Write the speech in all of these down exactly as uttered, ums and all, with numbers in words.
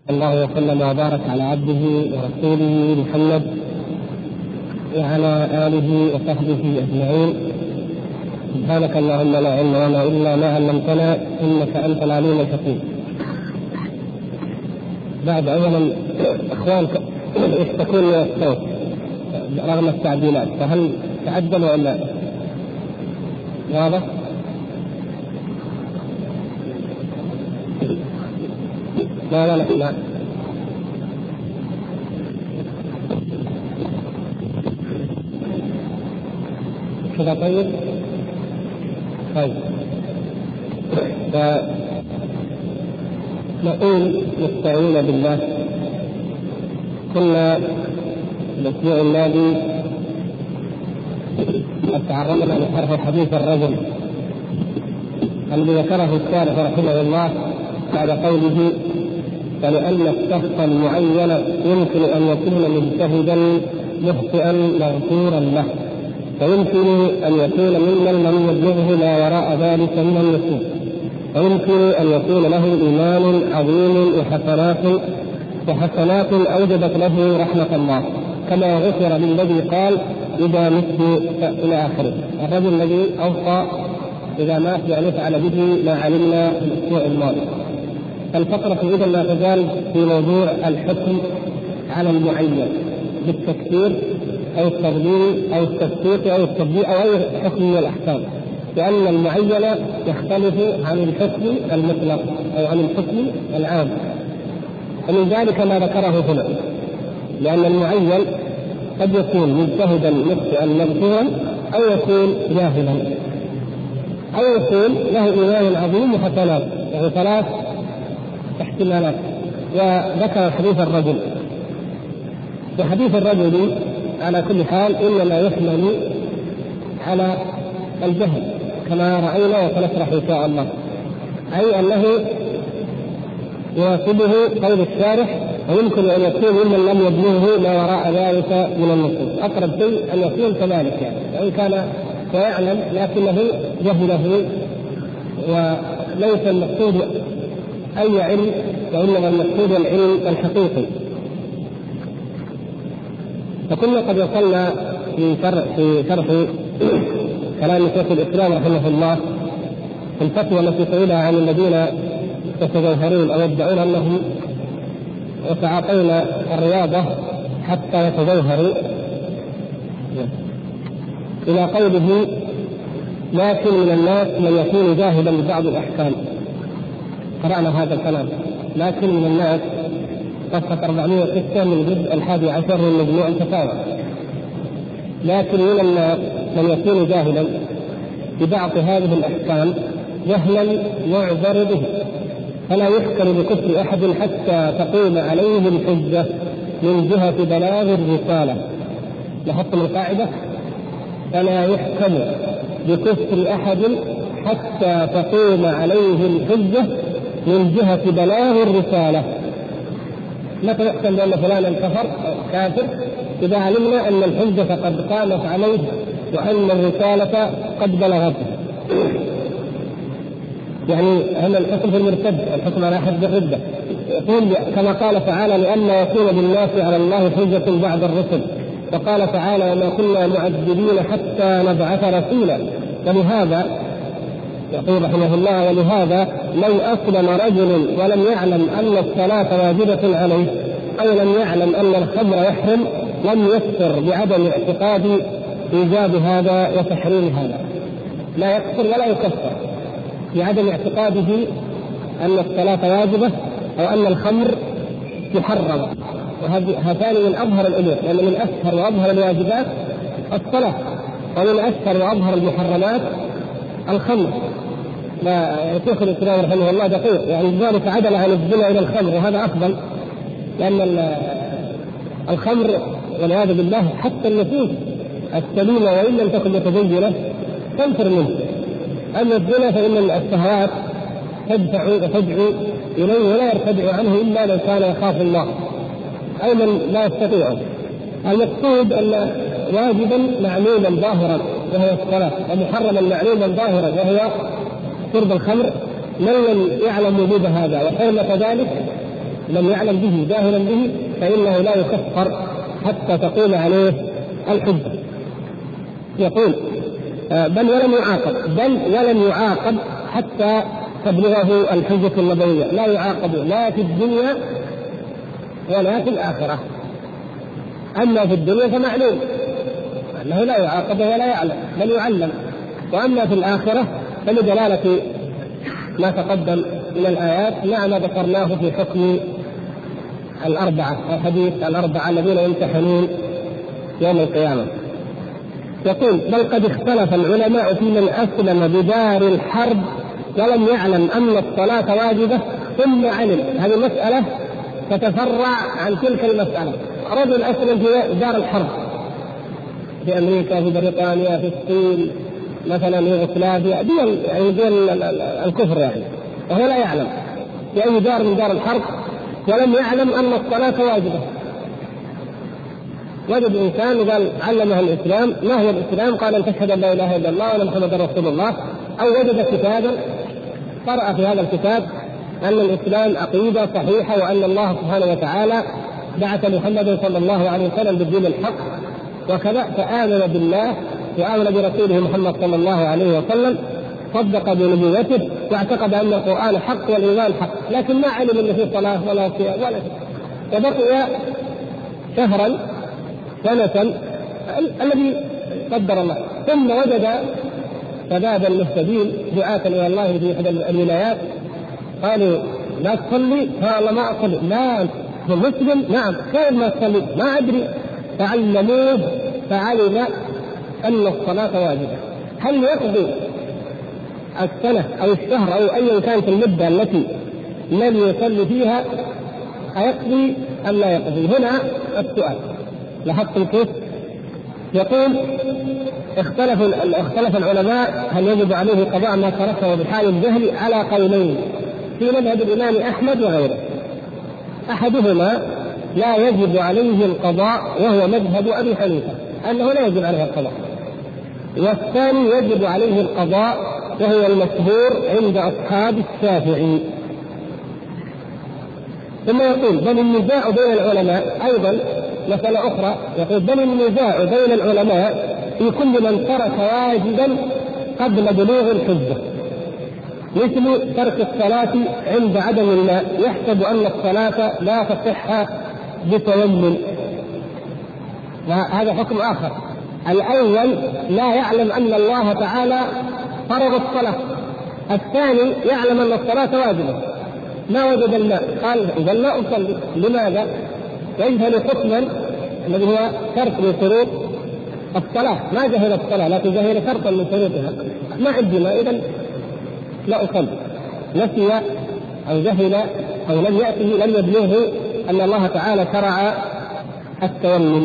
الله وسلم وبارك على عبده ورسوله محمد وعلى آله وصحبه أجمعين. سبحانك اللهم لا علم لنا إلا ما علمتنا إنك أنت العليم الحكيم. بعد أولا إخوان يشتكون من الصوت رغم التعديلات، فهل تعدل ولا واضح؟ لا لا لا, لا. كذا طيب طيب فنقول نستعين بالله. كنا الأسبوع الماضي تعرضنا لشرح حديث الرجل الذي ذكره الشارح رحمه الله بعد قوله: فلأن الشخص المعين يمكن أن يكون مجتهدا مخطئا مغفورا له، فيمكن أن يكون ممن لم يبلغه ما وراء ذلك من النصوص، ويمكن أن يكون له إيمان عظيم وحسنات وحسنات أوجبت له رحمة الله، كما غفر للذي قال إذا مت إلى آخره. الرجل الذي أوصى إذا مات بأن يفعل به ما علمنا في الأسبوع الماضي. الفقرة إذا لا تزال في موضوع الحكم على المعين بالتكفير أو التغليل أو التفسيق أو التبديع أو أي حكم من الأحكام، لأن المعين يختلف عن الحكم المطلق أو عن الحكم العام، ومن ذلك ما ذكره هنا، لأن المعين قد يكون مجتهدا مخطئا مغفورا أو يكون جاهلا أو يكون له إيمان عظيم وحسنات، يعني ثلاث احتمالات. وذكر حديث الرجل، وحديث الرجل على كل حال إنما يحمل على الجهل كما رأينا وسنشرح إن شاء الله، أي أنه يواصله قول الشارح ويمكن أن يكون ممن لم يبلغه ما وراء ذلك من النصوص. أقرب شيء أن يكون كذلك، يعني وإن كان ويعلم لكنه جهله، وليس المقصود أي علم وإنما المقصود العلم الحقيقي. فكنا قد وصلنا في شرح في شرح كلام شيخ الإسلام رحمه الله في الفتوى التي سئلها عن الذين يتجوهرون أو يدعون أنهم يتعاطون الرياضة حتى يتجوهروا، إلى قوله: لكن من الناس من يكون جاهلا ببعض الأحكام. قرأنا هذا الكلام: لكن من الناس، صفحة أربعمائة وستة من الجزء الحادي عشر من مجموع الفتاوى. لكن من الناس من يكون جاهلا ببعض هذه الأحكام جهلا يعذر به، فلا يحكم بكفر أحد حتى تقوم عليه الحجة من جهة بلاغ الرسالة. لاحظتم القاعدة: فلا يحكم بكفر أحد حتى تقوم عليه الحجة من جهة بلاغ الرسالة. متى يحكم بأن فلانا كفر أو كافر؟ إذا علمنا أن الحجة قد قامت عليه وأن الرسالة قد بلغته. يعني هنا الحكم في المرتد، الحكم على حد الردة، يقول كما قال تعالى: لأن يكون للناس على الله حجة بعد الرسل. وقال تعالى: وما كنا معذبين حتى نبعث رسولا. ولهذا يقول رحمه الله: ولهذا لو أسلم رجل ولم يعلم أن الصلاة واجبة عليه أو لم يعلم أن الخمر يحرم لم يكفر بعدم اعتقاد إيجاب هذا وتحريم هذا. لا يكفر ولا يكفر بعدم اعتقاده أن الصلاة واجبة أو أن الخمر محرم. وهذان من أظهر الأمور، لأن من أشهر وأظهر الواجبات الصلاة، ومن أشهر وأظهر المحرمات الخمر. لا شيخ الإسلام رحمه الله دقيق، يعني ذلك عدل عن الزنا إلى الخمر، وهذا أفضل، لأن الخمر والعياذ بالله حتى النفوس السليمة وإن لم تكن متزينة تنفر منه. أما الزنا فإن الشهوات تدفع وتدعو إليه ولا يرتدع عنه إلا من كان يخاف الله أو من لا يستطيعه. المقصود أن واجبا معلوما ظاهرا وهو الصلاة، ومحرما معلوما ظاهرا وهو شرب الخمر، من لم يعلم وجود هذا وحرمة ذلك لم يعلم به جاهلا به فإنه لا يكفر حتى تقوم عليه الحجة. يقول بل ولم يعاقب بل ولم يعاقب حتى تبلغه الحجة النبوية، لا يعاقب لا في الدنيا ولا في الآخرة. أما في الدنيا فمعلوم أنه لا يعاقب ولا يعلم بل يعلم، وأما في الآخرة فلدلالة ما تقدم من الآيات مع ما ذكرناه في حكم الأربعة الحديث الأربعة الذين يمتحنون يوم القيامة. يقول بل قد اختلف العلماء في من أسلم بدار الحرب ولم يعلم أن الصلاة واجبة ثم علم. هذه المسألة تتفرع عن تلك المسألة. رجل أسلم في دار الحرب في أمريكا في بريطانيا في الصين مثلا يوغوسلافيا دول يعني دول الكفر يعني، وهو لا يعلم في أي دار من دار الحرب ولم يعلم أن الصلاة واجبة. وجد إنسان وقال علمه الإسلام. ما هو الإسلام؟ قال أن تشهد أن لا إله إلا الله وأن محمدا رسول الله. أو وجد كتابا قرأ في هذا الكتاب أن الإسلام عقيدة صحيحة وأن الله سبحانه وتعالى بعث محمدا صلى الله عليه وسلم بالدين الحق وكذا، فآمن بالله وآمن برسوله محمد صلى الله عليه وسلم، صدق بنبوته واعتقد أن القرآن حق والإيمان حق، لكن ما علم أن فيه صلاة ولا صيام ولا شيء. فبقي شهرا سنة الذي قدر الله، ثم وجد شبابا مهتدين دعاة إلى الله في إحدى الولايات قالوا لا تصلي، قال ما أصلي. لا هو مسلم؟ نعم. كيف ما تصلي؟ ما أدري. فعلموه فعلم أن الصلاة واجبة. هل يقضي السنة أو الشهر أو أي كانت المدة التي لم يصلي فيها أيقضي أم لا يقضي؟ هنا السؤال. لاحظتم كيف؟ يقول اختلف اختلف العلماء هل يجب عليه قضاء ما تركه بحال الجهل على قولين في مذهب الإمام أحمد وغيره. أحدهما لا يجب عليه القضاء وهو مذهب أبي حنيفة أنه لا يجب عليه القضاء، والثاني يجب عليه القضاء وهو المشهور عند أصحاب الشافعي. ثم يقول بل النزاع بين العلماء أيضا مسألة أخرى. يقول بل النزاع بين العلماء في كل من ترك واجبا قبل بلوغ الحجة، مثل ترك الصلاة عند عدم الماء يحسب أن الصلاة لا تصح بتيمم، وهذا حكم آخر. الأول لا يعلم أن الله تعالى فرض الصلاة، الثاني يعلم أن الصلاة واجبة ما وجد الماء قال إذا لا أصلي. لماذا؟ يجهل حكما الذي هو شرط من شروط الصلاة، ما جهل الصلاة لكن جهل شرطا من شروطها. ما عندي ماء إذا لا أصلي. نسي أو جهل أو لم يأته لم يبلغه أن الله تعالى شرع التيمم.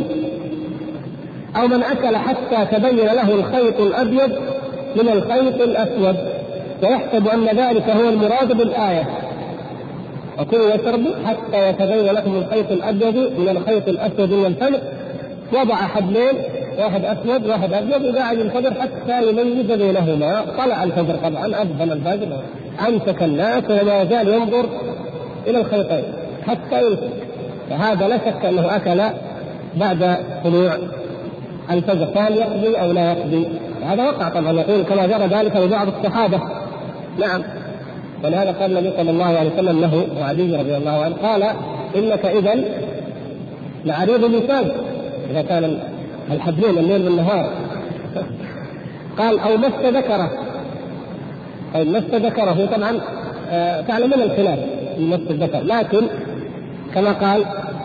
أو من أكل حتى تبين له الخيط الأبيض من الخيط الأسود ويحسب أن ذلك هو المراد بالآية، وكلوا واشربوا حتى يتبين لكم الخيط الأبيض من الخيط الأسود من الفجر. وضع حبلين واحد أسود واحد أبيض وقاعد الفجر حتى يميز بينهما. طلع الفجر طبعا أذن الفجر أمسك الناس وما زال ينظر إلى الخيطين حتى يمسك. فهذا لا شك أنه أكل بعد طلوع الفجر، فهل يقضي أو لا يقضي؟ هذا وقع طبعا يقول كما جرى ذلك لبعض الصحابة. نعم. ولهذا قال النبي صلى الله عليه وسلم له وعلي رضي الله عنه قال إنك إذن لعريض اللسان إذا كان الحبلين الليل والنهار. قال أو مس ذكره، أو مس ذكره. طبعا آه تعلمون الخلاف في مس الذكر، لكن كما قال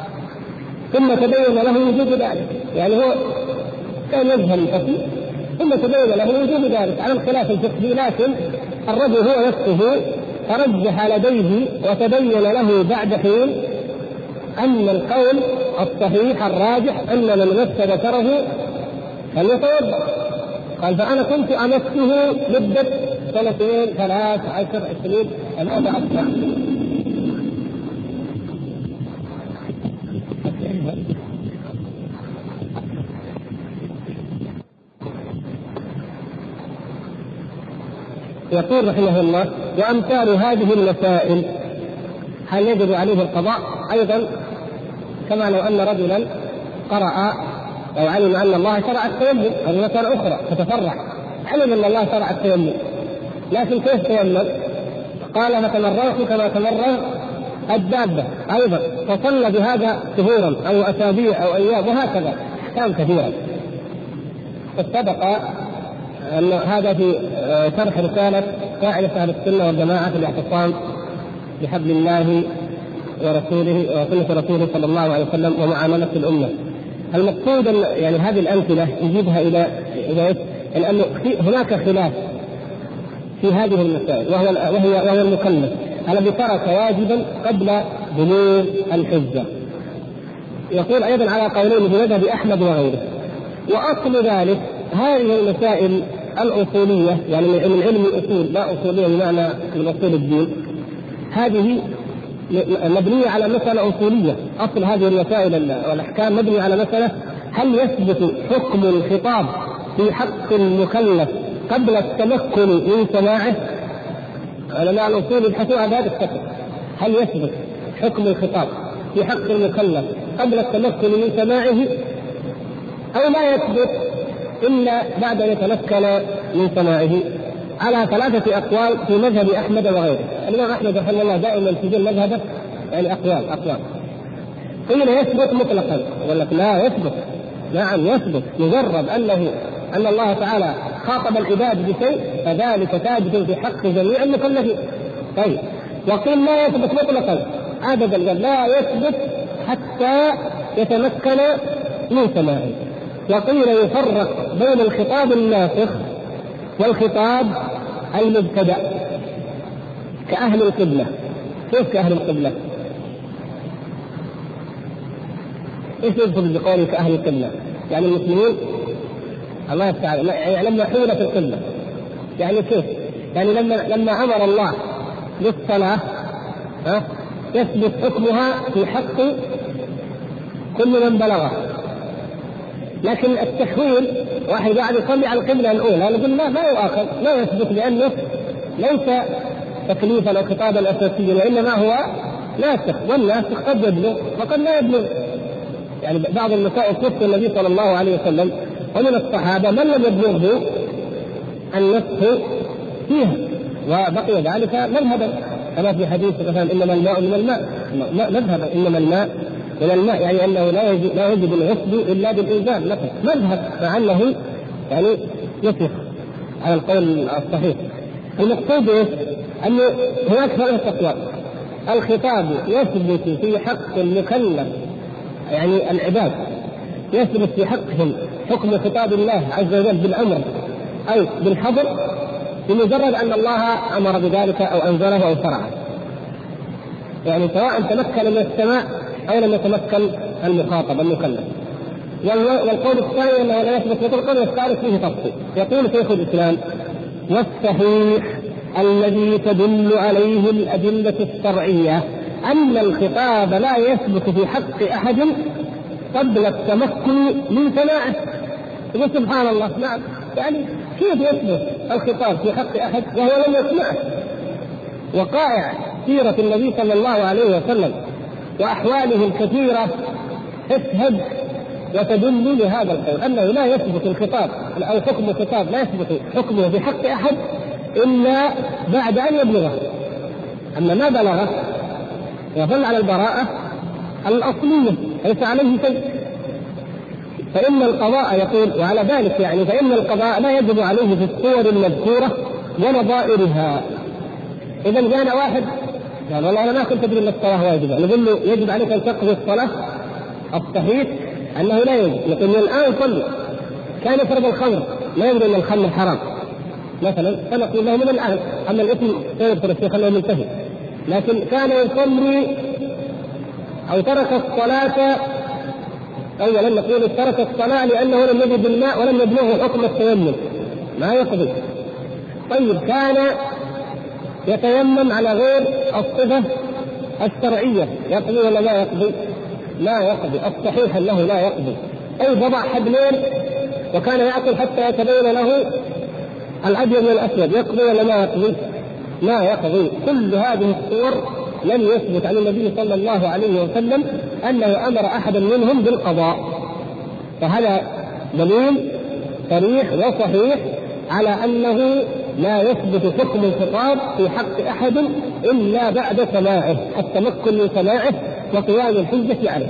ثم تبين له وجود ذلك، يعني هو كان يجهل الحكم ثم تبين له وجود ذلك على الخلاف الفقهي. لكن الرجل هو نفسه ترجح لديه وتبين له بعد حين أن القول الصحيح الراجح أن من مس ذكره فليتوضأ. قال فأنا كنت أمسه مدة سنتين ثلاث عشر عشرين ثلاثة عشر. يقول رحمه الله وأمثال هذه المسائل هل يجب عليه القضاء؟ أيضا كما لو أن رجلا قرأ أو علم أن الله شرع التيمم، هذه مسألة أخرى تتفرع، علم أن الله شرع التيمم لكن كيف تيمم؟ قال فتمرغت كما تمرغ الدابة أيضا، فصلى بهذا شهورا أو أسابيع أو أيام وهكذا أحكام كثيرة. فسبق أن هذا في شرح رسالة قاعدة أهل السنة والجماعة في الاعتصام بحبل الله ورسوله وسنة رسوله صلى الله عليه وسلم ومعاملة الأمة. المقصود أن يعني هذه الأمثلة يجيبها إلى إلى أنه هناك خلاف في هذه المسائل، وهو وهي وهو المكلف الذي ترك واجبا قبل بلوغ الحجة. يقول أيضا على قولين في مذهب أحمد وغيره. وأصل ذلك هذه المسائل الأصولية، يعني من علم الأصول، لا أصولية بمعنى من أصول الدين، هذه مبنية على مسألة أصولية. أصل هذه المسائل والأحكام مبنية على مسألة هل يثبت حكم الخطاب في حق المكلف قبل التمكن من سماعه؟ علماء الأصول يبحثون عن هذا الشكل، هل يثبت حكم الخطاب في حق المكلف قبل التمكن من سماعه أو لا يثبت إلا بعد أن يتمكن من سماعه؟ على ثلاثة أقوال في مذهب أحمد وغيره. الإمام أحمد رحمه الله دائما في مذهبه يعني أقوال أقوال قيل يثبت مطلقا، يقول لك لا يثبت. نعم يثبت، مجرد أنه أن الله تعالى خاطب العباد بشيء فذلك ثابت في حق جميع المكلفين. طيب، وقيل لا يثبت مطلقا أبدا، قال لا يثبت حتى يتمكن من سماعه. وقيل يفرق بين الخطاب الناسخ والخطاب المبتدأ كأهل القبلة. كيف كأهل القبلة؟ ايش يقصد بقوله كأهل القبلة؟ يعني المسلمين الله تعالى يعني لما حولت القبلة، يعني كيف؟ يعني لما لما أمر الله بالصلاة ها يثبت حكمها في حق كل من بلغه. لكن التحويل واحد قاعد يصلي على القبلة الأولى نقول لا ما يؤاخذ، لا يثبت، لأنه ليس تكليفا أو خطابا أساسيا، وإنما هو ناسخ، والناسخ قد يبلغ وقد لا يبلغ. يعني بعض المسائل تفتى النبي صلى الله عليه وسلم ومن الصحابة من لم يبلغه النسخ فيها، وبقي ذلك مذهبا كما في حديث مثلا إنما الماء من الماء مذهبا، إنما الماء من الماء يعني أنه لا يجب لا يجب الغسل إلا بالإنزال مثلا مذهب، مع أنه يعني يصح على القول الصحيح. المقصود أنه هناك ثلاثة أقوال. الخطاب يثبت في حق المكلف يعني العباد، يثبت في حقهم حكم خطاب الله عز وجل بالأمر أي بالحظر بمجرد أن الله أمر بذلك أو أنزله أو شرعه، يعني سواء تمكن من السماع أو لم يتمكن المخاطب المكلف. والقول الثاني أنه لا يثبت مطلقا والثالث فيه تفصيل. يقول شيخ الإسلام والصحيح الذي تدل عليه الأدلة الشرعية أن الخطاب لا يثبت في حق أحد قبل التمكن من سماعه. يقول سبحان الله، نعم يعني كيف يثبت الخطاب في حق أحد وهو لم يسمعه؟ وقائع سيرة النبي صلى الله عليه وسلم وأحواله الكثيرة تشهد وتدل لهذا القول أنه لا يثبت الخطاب أو حكم الخطاب لا يثبت حكمه في حق أحد إلا بعد أن يبلغه. أما ما بلغه يظل على البراءة الأصلية ليس عليه شيء. فإن القضاء يقول وعلى ذلك يعني فإن القضاء لا يجب عليه في الصور المذكورة ونظائرها. إذا جاءنا واحد قال والله أنا ما كنت أدري أن الصلاة واجبة، نقول له يجب عليك أن تقضي الصلاة. الصحيح أنه لا يجب، لكن الآن صلي. كان يشرب الخمر لا يدري أن الخمر حرام مثلا فنقول له من الآن، أما الإثم سيدخل الشيخ أنه منتهي. لكن كان يصلي أو ترك الصلاة، أولا نقول ترك الصلاة لأنه لم يجد الماء ولم يبلغه حكم التيمم ما يقضي. طيب كان يتيمم على غير الصفة الشرعية يقضي ولا لا يقضي؟ لا يقضي. الصحيح أنه لا يقضي. أي وضع حبلين وكان يأكل حتى يتبين له الأبيض من الأسود، يقضي ولا ما يقضي؟ لا يقضي. كل هذه الصور لم يثبت عن النبي صلى الله عليه وسلم أنه أمر أحدا منهم بالقضاء. فهذا دليل صريح وصحيح على أنه لا يثبت حكم الخطاب في حق أحد إلا بعد سماعه، التمكن من سماعه وقيام الحجة عليه.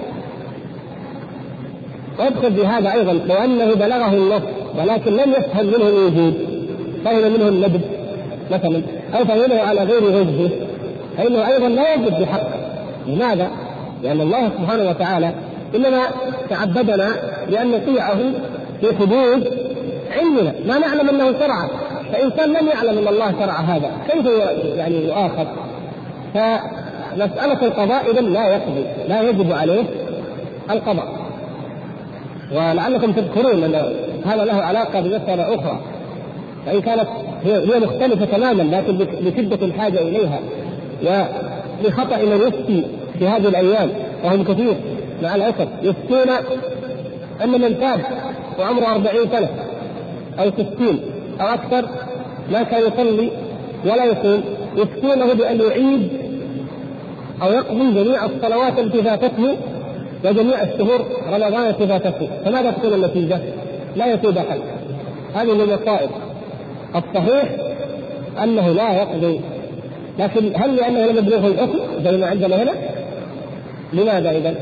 ويدخل بهذا أيضا لو أنه بلغه النص ولكن لم يفهم منه الوجود، فهم منه الندب مثلا أو فهمه على غير وجهه، فإنه أيضا لا يجب بحق. لماذا؟ لأن الله سبحانه وتعالى إنما تعبدنا بأن نطيعه في حدود علمنا، ما نعلم أنه شرع. فإنسان لم يعلم أن الله شرع هذا كيف يعني يؤاخذ؟ فمسألة القضاء إذن لا يقضي، لا يجب عليه القضاء. ولعلكم تذكرون أن هذا له علاقة بمسألة أخرى، فإن كانت هي مختلفة تماما لكن بشدة الحاجة إليها، ولخطأ من يفتي في هذه الأيام وهم كثير مع الأسف يفتون أن من تاب وعمره أربعين سنة أو ستين أو أكثر لا كان يصلي ولا يصوم، يفتونه بأن يعيد أو يقضي جميع الصلوات التي فاتته وجميع الشهور رمضان التي فاتته. فماذا تكون النتيجة؟ لا يتوب أحد. هذه من المصائب. الصحيح أنه لا يقضي، لكن هل لأنه لم يبلغه الحكم زي ما عندنا هنا؟ لماذا إذن؟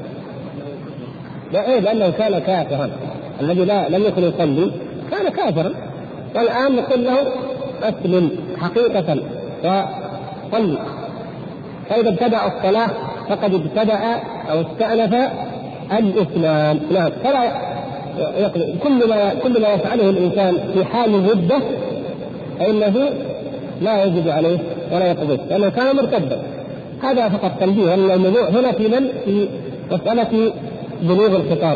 لا إيه، لأنه كان كافرا. الذي لا لم يكن يصلي كان كافرا، والآن نقول له أسلم حقيقة وصلي. فإذا ابتدأ الصلاة فقد ابتدأ أو استأنف الإسلام. نعم، فلا يقضي. كل ما كل ما يفعله الإنسان في حال مدة فإنه لا يجب عليه ولا يقضي لأنه كان مرتدا. هذا فقط تنبيه. الموضوع هنا في من في مسألة بلوغ الخطاب.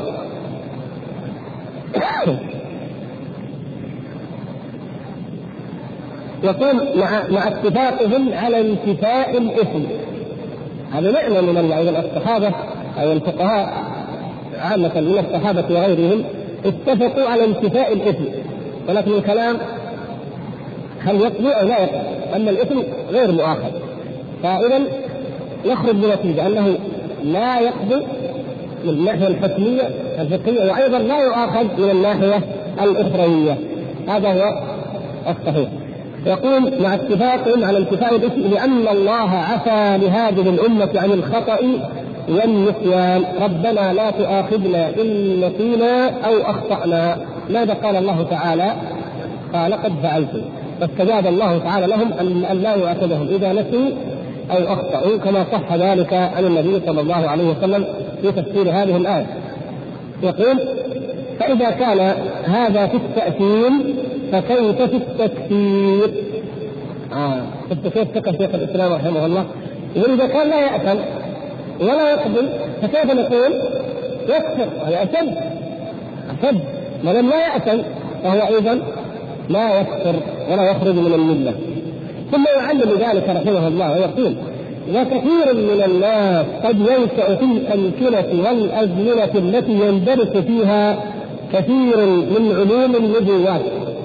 يقول مع مع اتفاقهم على انتفاء الإثم. هذا نعمة من الصحابة أو الفقهاء عامة من الصحابة وغيرهم اتفقوا على انتفاء الإثم، ولكن الكلام هل يقضي أو لا يقضي؟ أن الإثم غير مؤاخذ. فإذا يخرج بنتيجة أنه لا يقضي من الناحية الحكمية الفقهية، وأيضا لا يؤاخذ من الناحية الأخروية. هذا هو الصحيح. يقول مع اتفاقهم على انتفاء الإثم لأن الله عفى لهذه الأمة عن الخطأ والنسيان. ربنا لا تؤاخذنا إن نسينا أو أخطأنا. ماذا قال الله تعالى؟ قال قد فعلتم. فاستجاب الله تعالى لهم أن لا يؤاخذهم إذا نسوا أو أخطأوا، كما صح ذلك عن النبي صلى الله عليه وسلم في تفسير هذه الآية. يقول فإذا كان هذا في التأثيم فكيف في التكفير؟ آه. كيف فقه شيخ الإسلام رحمه الله؟ يقول إذا كان لا يأثم ولا يقبل فكيف نقول يكفر؟ هذا أشد أشد. ما لم لا يأثم فهو أيضا لا يكفر ولا يخرج من الملة. ثم يعلم ذلك رحمه الله ويقول وكثير من الناس قد ينشأ في الأمكنة والأزمنة التي يندرس فيها كثير من علوم النبوات.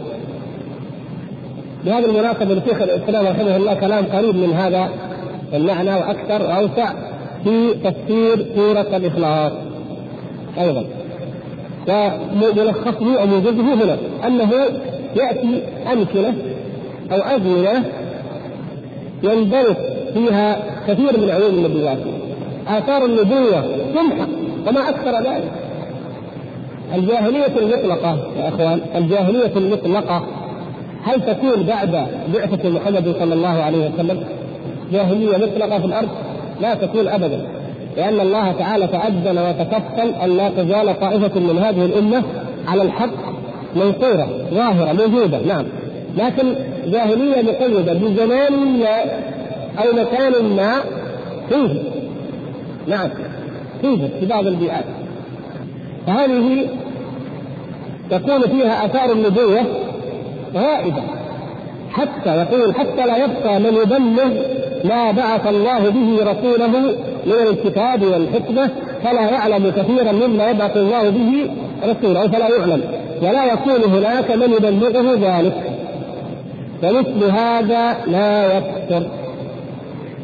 بهذه المناسبة لشيخ الإسلام رحمه الله كلام قريب من هذا المعنى وأكثر وأوسع في تفسير سورة الإخلاص أيضا. وملخصه أو موجزه هنا أنه يأتي أمكنة أو أزمنة يندرس فيها كثير من علوم النبوات، آثار النبوة تمحى وما أكثر ذلك. الجاهلية المطلقة يا أخوان، الجاهلية المطلقة هل تكون بعد بعثة محمد صلى الله عليه وسلم؟ جاهلية مطلقة في الأرض لا تكون أبدا، لأن الله تعالى تأذن وتكفل أن لا تزال طائفة من هذه الأمة على الحق منصورة ظاهرة موجودة. نعم، لكن جاهلية مقيدة بزمان ما أو مكان ما فيه. نعم فيه في بعض البيئات، فهذه تكون فيها آثار النبوة غائبة، حتى يقول حتى لا يبقى من يبلغ ما بعث الله به رسوله من الكتاب والحكمة، فلا يعلم كثيرا مما يبعث الله به رسوله فلا يعلم، ولا يكون هناك من يبلغه ذلك، ومثل هذا لا يكثر.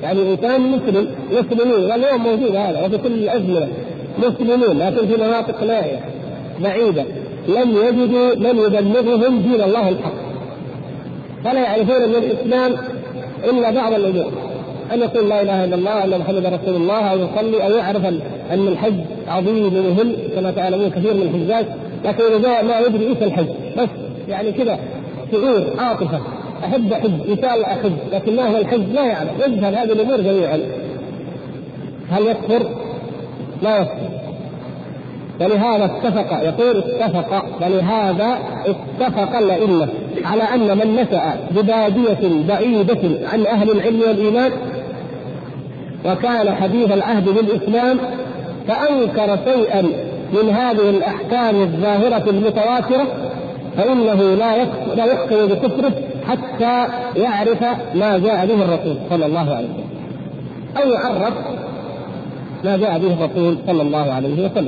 يعني إنسان مسلم مسلمين، واليوم موجود هذا وفي كل الأزمنة مسلمين، لكن في مناطق نائية بعيدة لم يجدوا من يبلغهم دين الله الحق، فلا يعرفون من الإسلام إلا بعض الأمور، أن يقول لا إله إلا الله، أن محمد رسول الله، أو يصلي، أو يعرف أن الحج عظيم ومهم كما تعلمون كثير من الحجاج، لكن إذا ما يدري إيش الحج بس يعني كذا شعور عاطفة أحب أحج إن شاء الله أحج، لكن ما هو الحج لا يعلم، يجهل هذه الأمور جميعا. هل يكفر؟ لا يكفر. ولهذا اتفق، يقول اتفق، ولهذا اتفق الأئمة على أن من نشأ ببادية بعيدة عن أهل العلم والإيمان وكان حديث العهد بالإسلام فأنكر شيئا من هذه الأحكام الظاهرة المتواترة فإنه لا يحكم بكفره حتى يعرف ما جاء به الرسول صلى الله عليه وسلم، أو يعرف ما جاء به الرسول صلى الله عليه وسلم.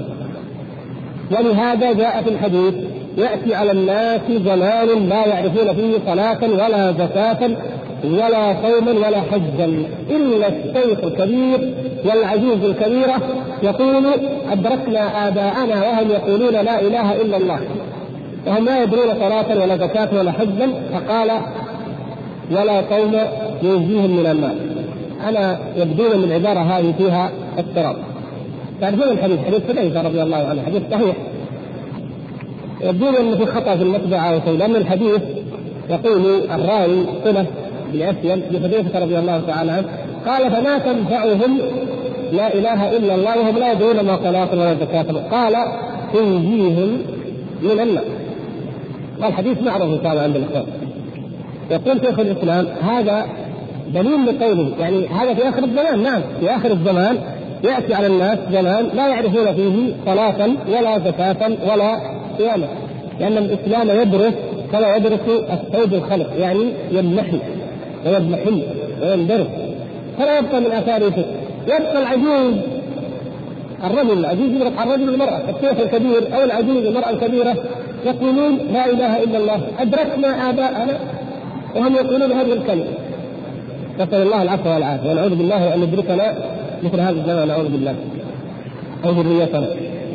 ولهذا جاء في الحديث يأتي على الناس زمان لا يعرفون فيه صلاة ولا زكاة ولا صوما ولا حجا إلا الشيخ الكبير والعجوز الكبيرة يقول أدركنا آباءنا وهم يقولون لا إله إلا الله وهم لا يدرون صلاة ولا زكاة ولا حجا، فقال ولا صوم ينجيهم من النار. أنا يبدون من العبارة هذه فيها اضطراب. تعرفون الحديث حديث حذيفة رضي الله عنه حديث صحيح، يبدون أنه في خطأ في المطبعة أو شيء، لأن الحديث يقول الراوي صلة بأسيل لحذيفة رضي الله تعالى عنه قال فما تنفعهم لا إله إلا الله وهم لا يدرون ما صلاة ولا زكاة، قال تنجيهم من النار. والحديث معروف طبعا عند الإخوان. يقول شيخ الإسلام هذا دليل لقوله، يعني هذا في آخر الزمان. نعم في آخر الزمان يأتي على الناس زمان لا يعرفون فيه صلاة ولا زكاة ولا صيامة، لأن الإسلام يدرس كما يدرس الصيد الخلق، يعني يمنحي ويضمحل ويندرس، فلا يبقى من آثاره شيء. يبقى العجوز الرجل العجوز يدرك عن الرجل المرأة، الشيخ الكبير أو العجوز المرأة الكبيرة يقولون لا إله إلا الله، أدركنا آباءنا وهم يقولون هذه الكلمة. نسأل الله العفو والعافية ونعوذ بالله أن يدركنا مثل هذا الزمان، نعوذ بالله، أو ذريتنا.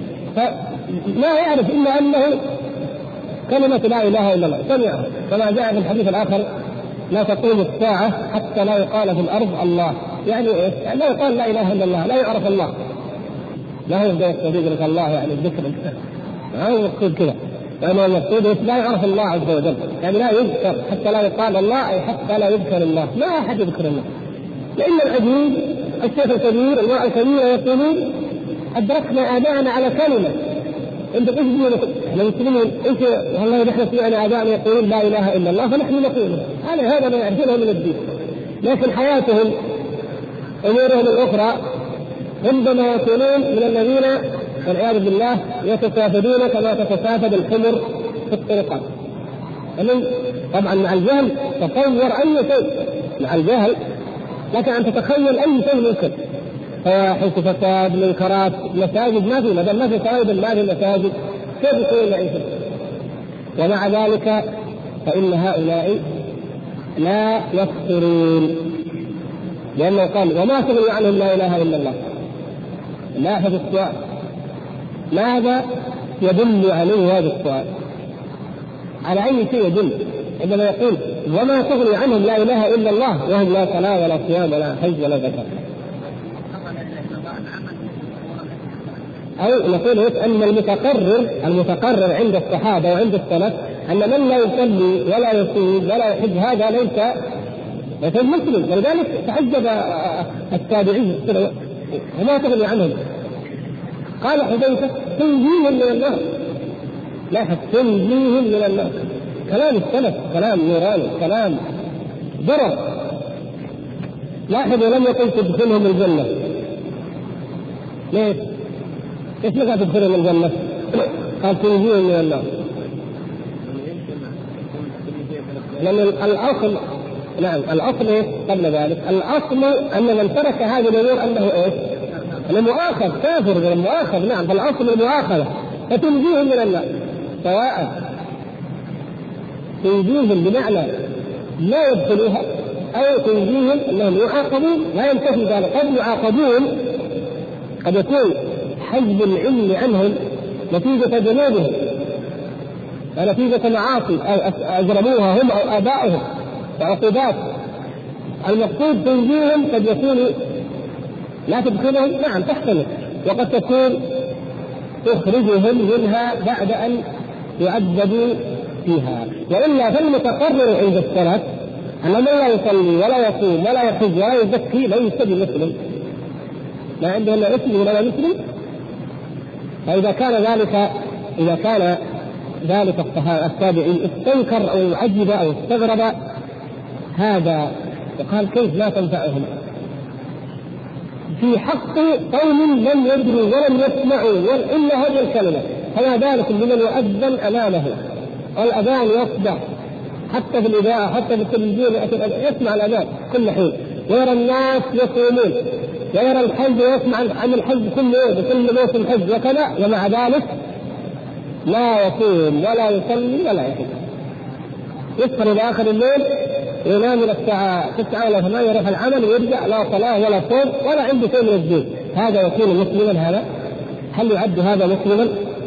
فلا يعرف إلا أنه كلمة لا إله إلا الله سمعها، كما جاء في الحديث الآخر لا تقوم الساعة حتى لا يقال في الأرض الله، يعني إيه؟ يعني لا يقال لا إله إلا الله، لا يعرف الله، لا هو يذكر الله يعني الذكر ما هو مقصود كذا، يعني المقصود لا يعرف الله عز وجل، يعني لا يذكر حتى لا يقال الله، أي حتى لا يذكر الله، ما أحد يذكر الله. لأن العجوز الشيخ الكبير المرأة الكبيرة يقولون أدركنا آباءنا على كلمة. أنت إيش تقول؟ إحنا مسلمين، إيش والله نحن سمعنا آباءنا يقولون لا إله إلا الله فنحن نقول هذا هذا ما يعرفونه من الدين. لكن حياتهم أمورهم الأخرى عندما يكونون من الذين والعياذ بالله يتسافدون كما تتسافد الحمر في الطرقات. طبعا مع الجهل تصور أي شيء، مع الجهل لك أن تتخيل أي شيء ممكن، فواحش فساد منكرات مساجد ما في، بدل ما في فوائد ما في مساجد كيف يكون العيش؟ ومع ذلك فإن هؤلاء لا يكفرون، لأنه قال وما تغني عنهم لا إله إلا الله. لاحظ السؤال ماذا يدل عليه هذا السؤال؟ على أي شيء يدل؟ عندما يقول وما تغني عنهم لا إله إلا الله وهم لا صلاة ولا صيام ولا حج ولا زكاة، أو نقول أن المتقرر المتقرر عند الصحابة وعند السلف أن من لا يصلي ولا يصوم ولا يحج هذا ليس ليس مسلم. ولذلك تعجب التابعين وما تغني عنهم. قال حذيفة تنجيهم من النار، لاحظ تنجيهم من النار، كلام السلف كلام نوراني كلام درر. لاحظ لم يقل تدخلهم الجنة، ليش؟ ايش لك تدخلهم الجنة؟ قال تنجيهم من النار، لأن الأصل نعم الأصل إيه؟ قبل ذلك الأصل أن من ترك هذه الأمور أنه إيه؟ أنه مؤاخذ كافر مؤاخذ. نعم فالأصل المؤاخذة، فتنجيهم من النار سواء تنجيهم بمعنى لا يدخلوها أو تنزيهم أنهم يعاقبون لا ينتفي ذلك، قد يعاقبون، قد يكون حجب العلم عنهم نتيجة ذنوبهم ونتيجة معاصي أجرموها هم أو آبائهم وعقوبات. المقصود تنزيهم قد يكون لا تدخلهم، نعم تحتمل، وقد تكون تخرجهم منها بعد أن يعذبوا فيها. وإلا فالمتقرر عند السلف أن من لا يصلي ولا يصوم ولا يحج ولا يزكي لا يسمى مسلم، ما عنده إلا اسم ولا مسلم. فإذا كان ذلك إذا كان ذلك التابعي استنكر أو عجب أو استغرب هذا وقال كيف لا تنفعهم في حق قوم لم يدروا ولم يسمعوا إلا هذه الكلمة، فما بالك بمن يؤذن أمامه والأذان يصدع حتى في الإذاعة حتى في التلفزيون يسمع الأذان كل حين، ويرى الناس يصومون ويرى الحج ويسمع عن الحج كل يوم وكل موسم حج وكذا، ومع ذلك لا يصوم ولا يصلي ولا يحج. يسهر إلى آخر الليل ينام إلى الساعة تسعة ولا ثمانية يروح العمل ويرجع لا صلاة ولا صوم ولا عنده شيء من الدين. هذا يكون مسلما؟ هذا هل يعد هذا مسلما؟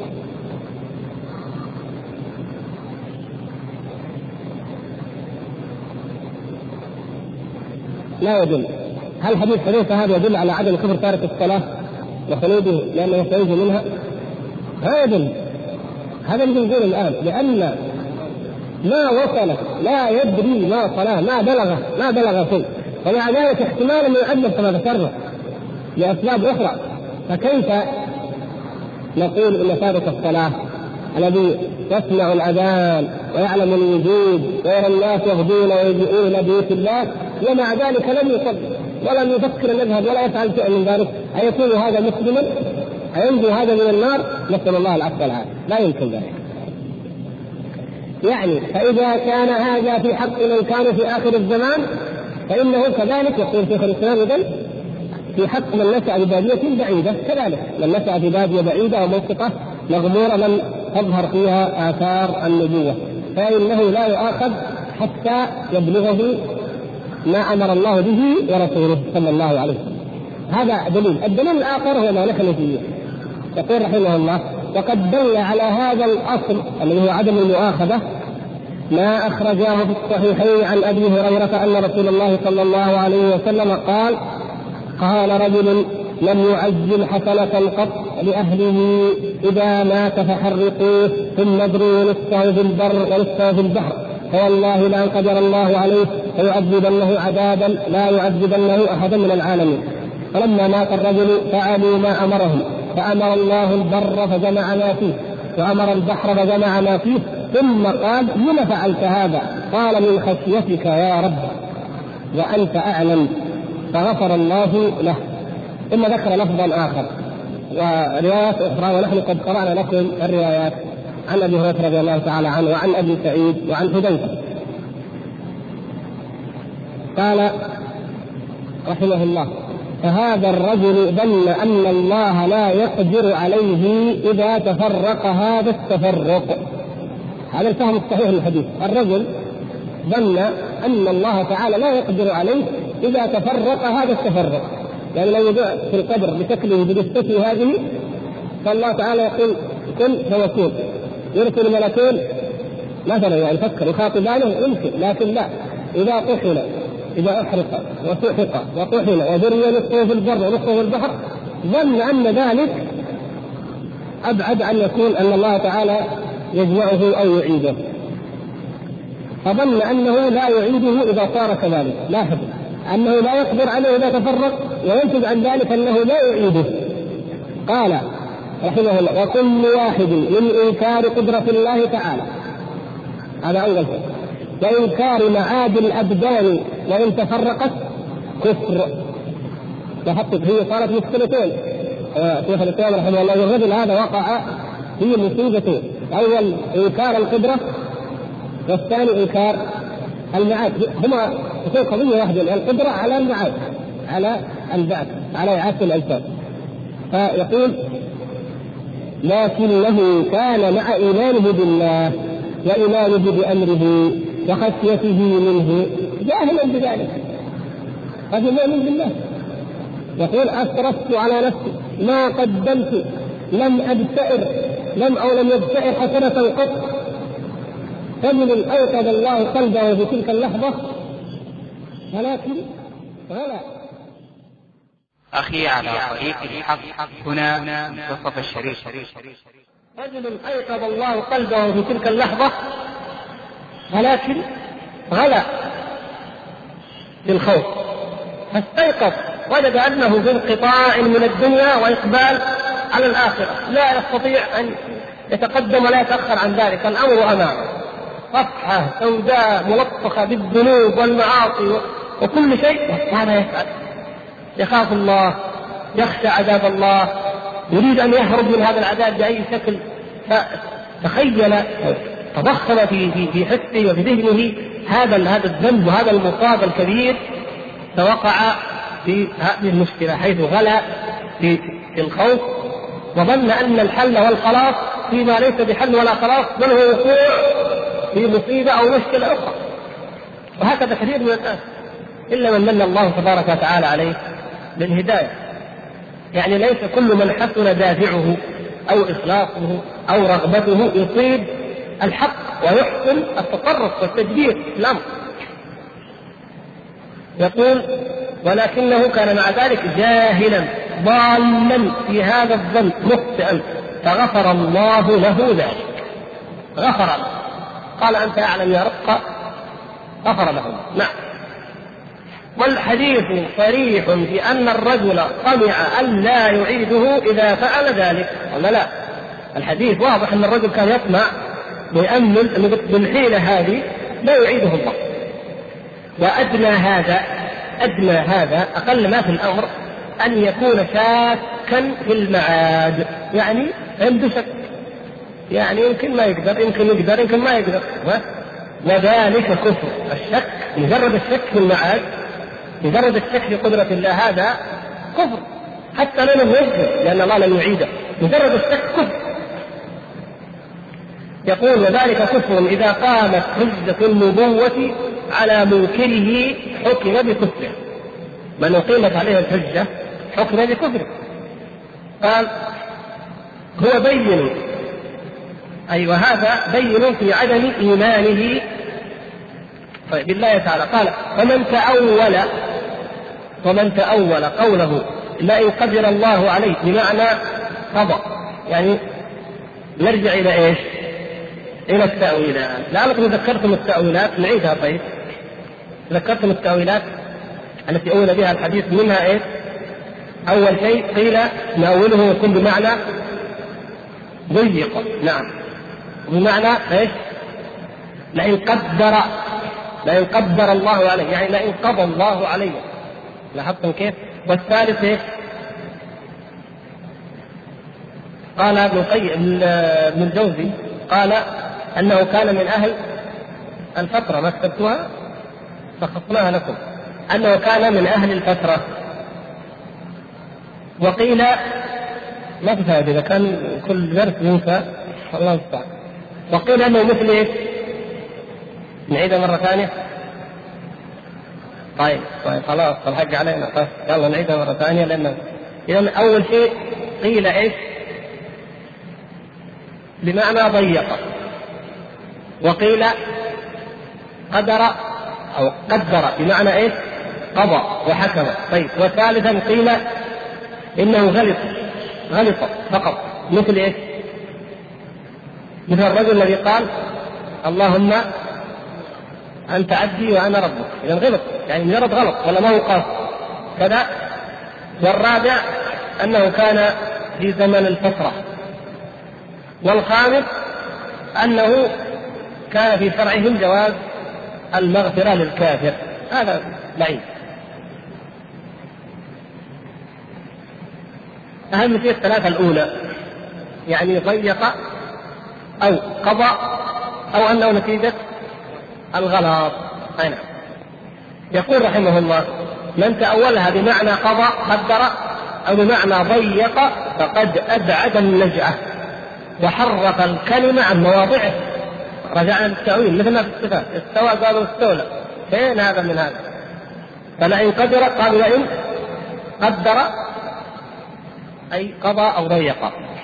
لا يدل. هل حديث حذيفة هذا يدل على عدم كفر تارك الصلاة وخلوده لأنه يخرج منها؟ لا يدل. هذا اللي نقول الآن، لأن ما وصلت لا يدري ما صلاة ما بلغ ما بلغ شيء، ومع ذلك احتمال أن يعذب كما ذكرنا لأسباب أخرى. فكيف نقول إن تارك الصلاة الذي يسمع الأذان ويعلم الوجود ويرى الناس يغدون ويجيئون إلى بيوت الله ومع ذلك لم يصلي ولم يفكر أن يذهب ولا يفعل شيئا من ذلك، أيكون هذا مسلما؟ أينجو هذا من النار؟ نسأل الله العفو والعافية. لا يمكن ذلك. يعني فإذا كان هذا في حق من كان في آخر الزمان فإنه كذلك يقول شيخ الإسلام إذن في حق من نشأ ببادية بعيدة كذلك، من نشأ في بادية بعيدة ومنطقة مغمورة لم تظهر فيها آثار النبوة فإنه لا يؤاخذ حتى يبلغه ما أمر الله به ورسوله صلى الله عليه وسلم. هذا دليل. الدليل الآخر هو ما نحن فيه. يقول رحمه الله: وقد دل على هذا الأصل الذي هو عدم المؤاخذة ما أخرجاه في الصحيحين عن أبي هريرة أن رسول الله صلى الله عليه وسلم قال: قال رجل لم يعجل حسنة قط لأهله إذا مات فحرقوه ثم ادروا نصفه في البر ونصفه في البحر، فوالله لأن قدر الله عليه فيعذبنه عذابا لا يعذبنه أحدا من العالمين. فلما مات الرجل فعلوا ما أمرهم، فأمر الله البر فجمع ما فيه وأمر البحر فجمع ما فيه، ثم قال: لم فعلت هذا؟ قال: من خشيتك يا رب وأنت أعلم، فغفر الله له. ثم ذكر لفظا آخر وروايات أخرى، ونحن قد قرأنا لكم الروايات عن أبي هريرة رضي الله تعالى عنه وعن أبي سعيد وعن حذيفة. قال رحمه الله: فهذا الرجل ظن أن الله لا يقدر عليه إذا تفرق هذا التفرق. هذا الفهم الصحيح للحديث. الرجل ظن أن الله تعالى لا يقدر عليه إذا تفرق هذا التفرق، يعني لو يدع في القبر بشكله بجثته هذه فالله تعالى يقول كن فيكون، يرسل ملكين مثلا يعني فكر يخاطبانه يمكن، لكن لا، إذا طحن إذا أحرق وسحق وطحن وذري نصفه في البر ونصفه في البحر ظن أن ذلك أبعد أن يكون أن الله تعالى يجمعه أو يعيده، فظن أنه لا يعيده إذا صار كذلك. لاحظ أنه لا يقدر عليه إذا تفرق، وينتج عن ذلك أنه لا يعيده. قال رحمه الله: وكل واحد من إنكار قدرة الله تعالى، هذا أول شيء، وإنكار معاد الأبدان وإن تفرقت كفر. تحقق هي صارت مشكلتين. شيخ الإسلام رحمه الله: الرجل هذا وقع في مصيبتين، أول إنكار القدرة والثاني إنكار المعاد. هما في قضية واحدة، القدرة على المعاد على البعث على إعادة الأجساد. فيقول: لكنه كان مع إيمانه بالله وإيمانه بأمره وخشيته منه جاهلا بذلك، هذا مؤمن بالله. يقول أسرفت على نفسي ما قدمت، لم أبتئر، لم أو لم يبتئر حسنة قط. رجل أوقظ الله قلبه في تلك اللحظة ولكن غلا. أخي على طريق الحق هنا منتصف الشريف. رجل أيقظ الله قلبه في تلك اللحظة ولكن غلا بالخوف، فاستيقظ وجد أنه في انقطاع من الدنيا وإقبال على الآخرة، لا يستطيع أن يتقدم ولا يتأخر عن ذلك، الأمر أمامه صفحة سوداء ملطخة بالذنوب والمعاصي وكل شيء، وكان يسعد يخاف الله، يخشى عذاب الله، يريد أن يهرب من هذا العذاب بأي شكل. فتخيل تضخم في في في حسه وفي ذهنه هذا هذا الذنب وهذا المصاب الكبير، فوقع في هذه المشكلة حيث غلا في الخوف، وظن أن الحل والخلاص فيما ليس بحل ولا خلاص، بل هو وقوع في مصيبة أو مشكلة أخرى. وهكذا كثير من الناس، إلا من من الله تبارك وتعالى عليه بالهداية. يعني ليس كل من حسن دافعه أو إخلاصه أو رغبته يصيب الحق ويحسن التصرف والتدبير في الأمر. يقول ولكنه كان مع ذلك جاهلا ضالا في هذا الظن مخطئا، فغفر الله له ذلك. غفر له، قال أنت أعلم يا رب، غفر له. نعم. والحديث صريح في أن الرجل طمع أن لا يعيده إذا فعل ذلك، ولا لا؟ الحديث واضح أن الرجل كان يطمع ويأمل أن بالحيلة هذه لا يعيده الله. وأدنى هذا أدنى هذا أقل ما في الأمر أن يكون شاكا في المعاد، يعني عنده شك، يعني يمكن ما يقدر، يمكن يقدر، يمكن ما يقدر، وذلك كفر. الشك، مجرد الشك في المعاد، مجرد الشك في قدرة الله، هذا كفر، حتى لا نجزم لأن الله لن يعيده، مجرد الشك كفر. يقول وذلك كفر إذا قامت حجة النبوة على منكره حكم بكفره. من أقيمت عليه الحجة حكم بكفره. قال هو بين، أي وهذا بين في عدم إيمانه طيب بالله تعالى. قال فمن تأول ومن تأول قوله لئن قدر الله عليه بمعنى قضى، يعني نرجع إلى إيش؟ إلى التأويلات. لعلكم ذكرتم التأويلات، نعيدها. طيب ذكرتم التأويلات التي أول بها الحديث، منها إيش؟ أول شيء قيل نأوله يكون بمعنى ضيق، نعم، بمعنى إيش؟ لئن قدر، لئن قدر الله عليه، يعني لئن قضى الله عليه. لاحظتم كيف؟ والثالث إيش؟ قال ابن القيم ابن الجوزي قال أنه كان من أهل الفترة، ما كتبتوها فخصناها لكم، أنه كان من أهل الفترة. وقيل ما تفاد إذا كان كل درس ينسى، الله المستعان. وقيل أنه مثل إيش؟ نعيدها مرة ثانية. طيب طيب خلاص الحق علينا، طيب يلا نعيدها مرة ثانية. لأن إذا أول شيء قيل إيش؟ بمعنى ضيق، وقيل قدر أو قدر بمعنى إيش؟ قضى وحكم. طيب وثالثا قيل إنه غلط، غلط فقط، مثل إيش؟ مثل الرجل الذي قال اللهم أنت عبدي وأنا ربك، إذا غلط، يعني مجرد غلط ولا ما هو قاصد كذا. والرابع أنه كان في زمن الفترة. والخامس أنه كان في شرعهم جواز المغفرة للكافر، هذا بعيد. أهم شيء الثلاثة الأولى، يعني ضيق أو قضى أو أنه نتيجة الغلط. أين يقول رحمه الله من تأولها بمعنى قضى قدر أو بمعنى ضيق فقد أبعد النجعة وحرف الكلمة عن مواضعه. رجعنا للتأويل مثل ما في الصفات، استوى قالوا استولى، فين هذا من هذا؟ فلئن قدر قالوا لئن قدر أي قضى أو ضيق.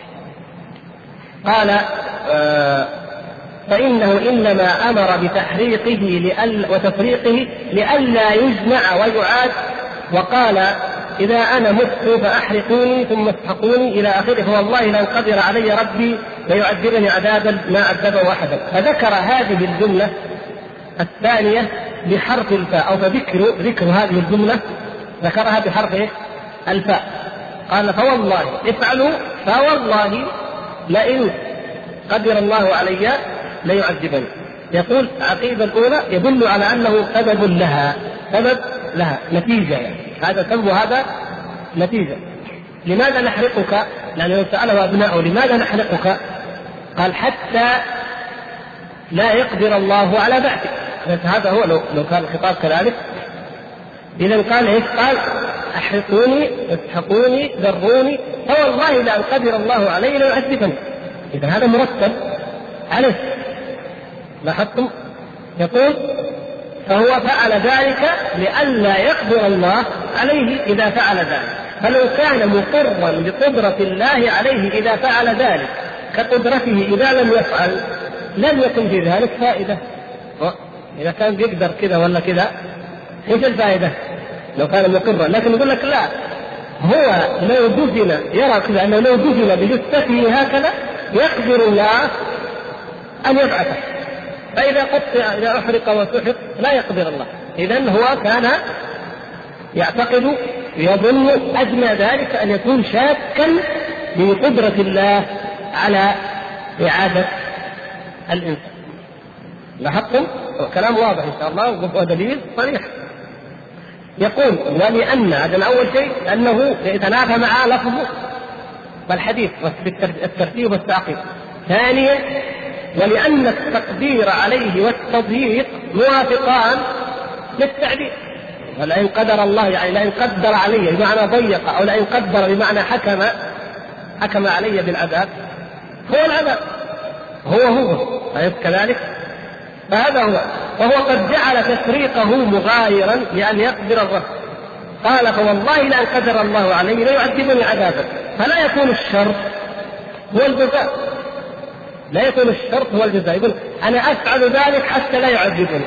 قال آه فإنه إنما أمر بتحريقه لأل وتفريقه لئلا يجمع ويعاد، وقال إذا أنا مت فأحرقوني ثم اسحقوني إلى آخره، فوالله لو قدر علي ربي ليعذبني عذابا ما عذبه أحدا. فذكر هذه الجملة الثانية بحرف الفاء، أو فذكر ذكر هذه الجملة ذكرها بحرف الفاء. قال فوالله افعلوا فوالله لئن قدر الله علي ليعذبني. يقول العقيدة الأولى يدل على أنه سبب لها، سبب لها نتيجة، يعني هذا سبب وهذا نتيجة. لماذا نحرقك؟ يعني لو سأله أبناؤه لماذا نحرقك؟ قال حتى لا يقدر الله على بعثك. هذا هو لو, لو كان الخطاب كذلك. إذا قال إيش؟ قال أحرقوني اسحقوني ذروني فوالله لأن قدر الله علي ليعذبني. إذا هذا مرتب عليه. لاحظتم؟ يقول فهو فعل ذلك لئلا يقدر الله عليه إذا فعل ذلك. فلو كان مقرا بقدرة الله عليه إذا فعل ذلك كقدرته إذا لم يفعل لم يكن في ذلك فائدة. إذا كان بيقدر كذا ولا كذا ايش الفائدة لو كان مقرا؟ لكن يقول لك لا، هو لو دفن يرى كذا أنه لو دفن بجثته هكذا يقدر الله أن يبعثه، فإذا قطع إذا أحرق وسحق لا يقدر الله. إذن هو كان يعتقد يظن أدنى ذلك أن يكون شاكا بقدرة الله على إعادة الإنسان. لاحظتم؟ كلام واضح إن شاء الله ودليل صريح. يقول ولأن هذا أول شيء أنه يتنافى مع لفظه والحديث والترتيب والتعقيب. ثانيا ولأن التقدير عليه والتضييق موافقان للتعبير. ولئن قدر الله يعني لئن قدر علي بمعنى ضيق، أو لئن قدر بمعنى حكم حكم علي بالعذاب هو العذاب هو هو أليس كذلك؟ فهذا هو. وهو قد جعل تفريقه مغايرا لأن يقدر الرب. قال فوالله لأن قدر الله علي ليعذبني عذابا، فلا يكون الشرط هو الجزاء، لا يكون الشرط هو الجزاء. يقول أنا أفعل ذلك حتى لا يعذبني،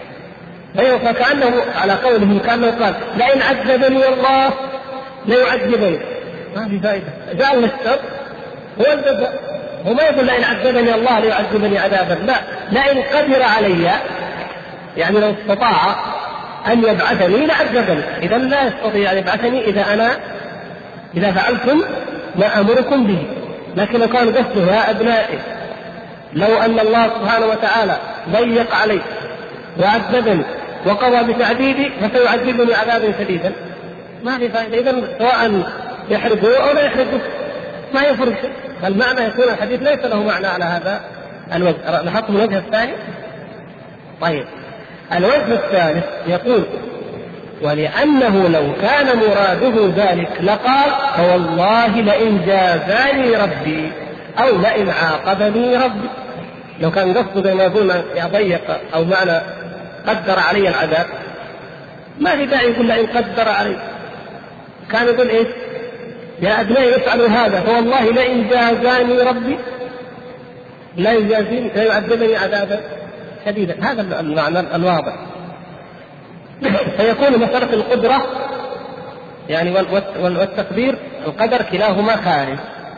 فكأنه على قوله كأنه قال لئن عذبني الله ليعذبني، ما في فائدة. جعل الشرط هو الجزاء، وما يقول لئن عذبني الله ليعذبني عذابا، لا، لئن قدر علي يعني لو استطاع أن يبعثني لعذبني. إذا لا يستطيع أن يبعثني إذا أنا إذا فعلتم ما أمركم به. لكن لو كان قصده يا أبنائي لو أن الله سبحانه وتعالى ضيق علي وعذبني وقضى بتعذيبي فسيعذبني عذابا شديدا، ما في فائدة. إذا سواء يحرقه أو لا يحرقه ما يفرق. فالمعنى يكون الحديث ليس له معنى على هذا الوجه. لاحظتم الوجه الثاني؟ طيب الوجه الثالث يقول ولأنه لو كان مراده ذلك لقال فوالله لئن جازاني ربي أو لئن عاقبني ربي. لو كان قصده زي ما يقول يضيق أو معنى قدر علي العذاب ما في داعي يقول لئن قدر علي، كان يقول إيش؟ يا أبنائي افعلوا هذا فوالله لئن جازاني ربي لا يجازيني لا يعذبني عذابا شديدا. هذا المعنى الواضح. فيكون مسألة القدرة يعني والتقدير القدر كلاهما خارج،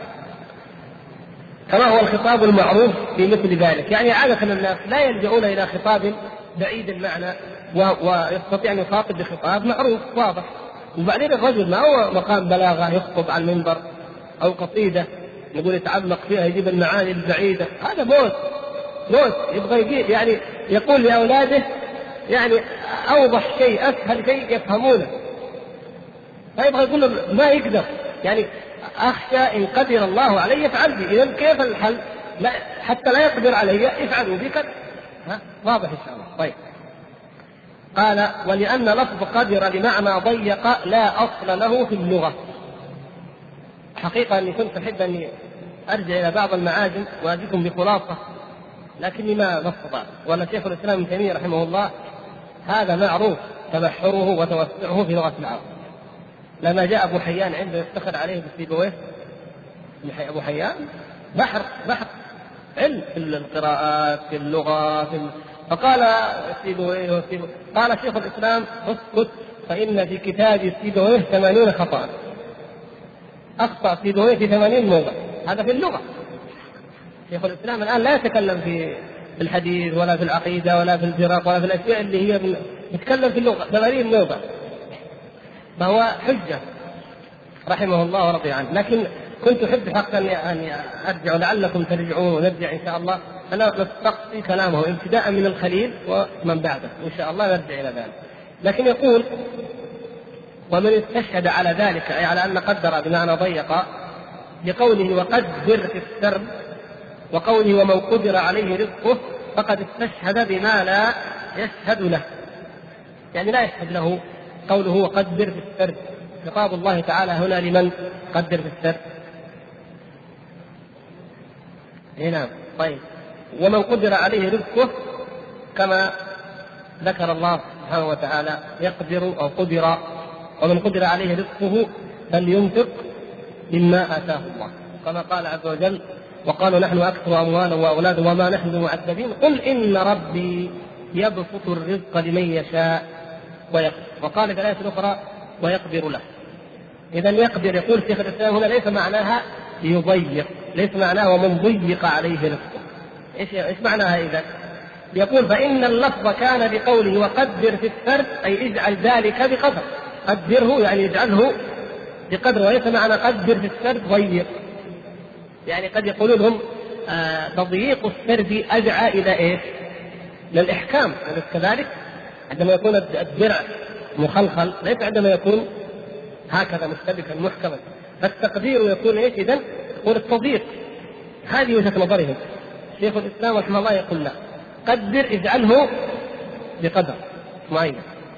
كما هو الخطاب المعروف في مثل ذلك. يعني عادة الناس لا يلجؤون إلى خطاب بعيد المعنى ويستطيع أن يخاطب بخطاب معروف واضح. وبعدين الرجل ما هو مقام بلاغة يخطب على المنبر أو قصيدة نقول يتعمق فيها يجيب المعاني البعيدة، هذا موت موت. يبغى يجيب يعني يقول لأولاده يعني أوضح شيء أسهل شيء يفهمونه، فيبغى يقول له ما يقدر يعني أخشى إن قدر الله علي يفعل بي. إذن كيف الحل؟ لا حتى لا يقدر علي يفعلوا بي كذا. واضح إن شاء الله. طيب قال ولأن لفظ قدر بمعنى ضيق لا أصل له في اللغة. حقيقة أني كنت أحب أني أرجع إلى بعض المعاجم وأجيكم بخلاصة، لكني ما نستطع. ولا شيخ الإسلام ابن تيمية رحمه الله هذا معروف تبحره وتوسعه في لغة العرب. لما جاء أبو حيان عنده يفتخر عليه بسيبويه، أبو حيان بحر بحر علم في القراءات في اللغة في ال... فقال سيبويه وسيبويه قال شيخ الإسلام اسكت فإن في كتاب سيبويه ثمانين خطأ، أخطأ سيبويه في ثمانين موضع. هذا في اللغة. شيخ الإسلام الآن لا يتكلم في الحديث ولا في العقيدة ولا في الفرق ولا في الأشياء اللي هي يتكلم في اللغة ثمانين موضع، فهو حجة رحمه الله ورضي عنه. لكن كنت أحب حقا أن أرجع لعلكم ترجعون ونرجع إن شاء الله. أنا نستقصي كلامه ابتداء من الخليل ومن بعده إن شاء الله نرجع إلى ذلك. لكن يقول ومن استشهد على ذلك أي على أن قدر بمعنى ضيق بقوله وقدر في السرب وقوله ومن قدر عليه رزقه فقد استشهد بما لا يشهد له، يعني لا يشهد له قوله وقدر في السرب. خطاب الله تعالى هنا لمن قدر في السرب؟ هنا طيب ومن قدر عليه رزقه كما ذكر الله سبحانه وتعالى يقدر أو قدر ومن قدر عليه رزقه فلينفق مما آتاه الله، كما قال عز وجل وقالوا نحن أكثر أموالا وأولادا وما نحن بمعذبين قل إن ربي يبسط الرزق لمن يشاء ويقدر. وقال في الآية الأخرى ويقدر له. إذا يقدر يقول شيخ الإسلام هنا ليس معناها يضيق، ليس معناها ومن ضيق عليه رزقه. إيش إيش معناها إذا؟ يقول فإن اللفظ كان بقوله وقدر في السرد أي اجعل ذلك بقدر، قدره يعني اجعله بقدر، وليس معنى قدر في السرد ضيق. يعني قد يقولون لهم آه تضييق السرد أدعى إلى إيش؟ للإحكام، أليس كذلك؟ عندما يكون الدرع مخلخل ليس عندما يكون هكذا مشتبكا محكما، فالتقدير يكون ايش؟ اذا يقول التضييق. هذه وجهة نظرهم. شيخ الاسلام رحمه الله يقول لا، قدر اجعله بقدر معين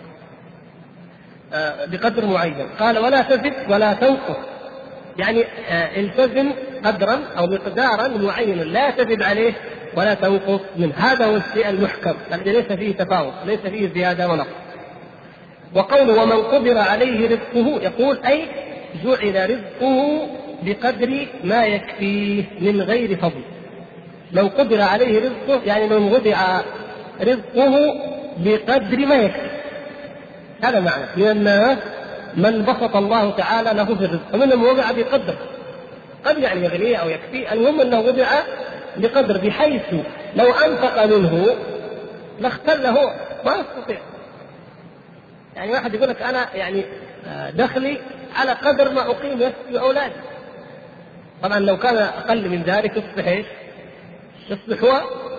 آه بقدر معين. قال ولا تزد ولا تنقص، يعني آه التزم قدرا او مقدارا معينا لا تزد عليه ولا تنقص منه. هذا هو الشيء المحكم الذي ليس فيه تفاوت، ليس فيه زيادة ونقص. وقوله ومن قدر عليه رزقه يقول أي جعل رزقه بقدر ما يكفيه من غير فضل. لو قدر عليه رزقه يعني من وضع رزقه بقدر ما يكفي. هذا معنى من الناس من بسط الله تعالى له في الرزق ومنهم وضع بقدر، قد يعني يغنيه أو يكفيه، المهم أنه وضع بقدر بحيث لو أنفق منه لاختل هو ما يستطيع. يعني واحد يقول لك أنا يعني دخلي على قدر ما أقيم يكفي أولادي. طبعا لو كان أقل من ذلك يصبح إيش؟ يصبح هو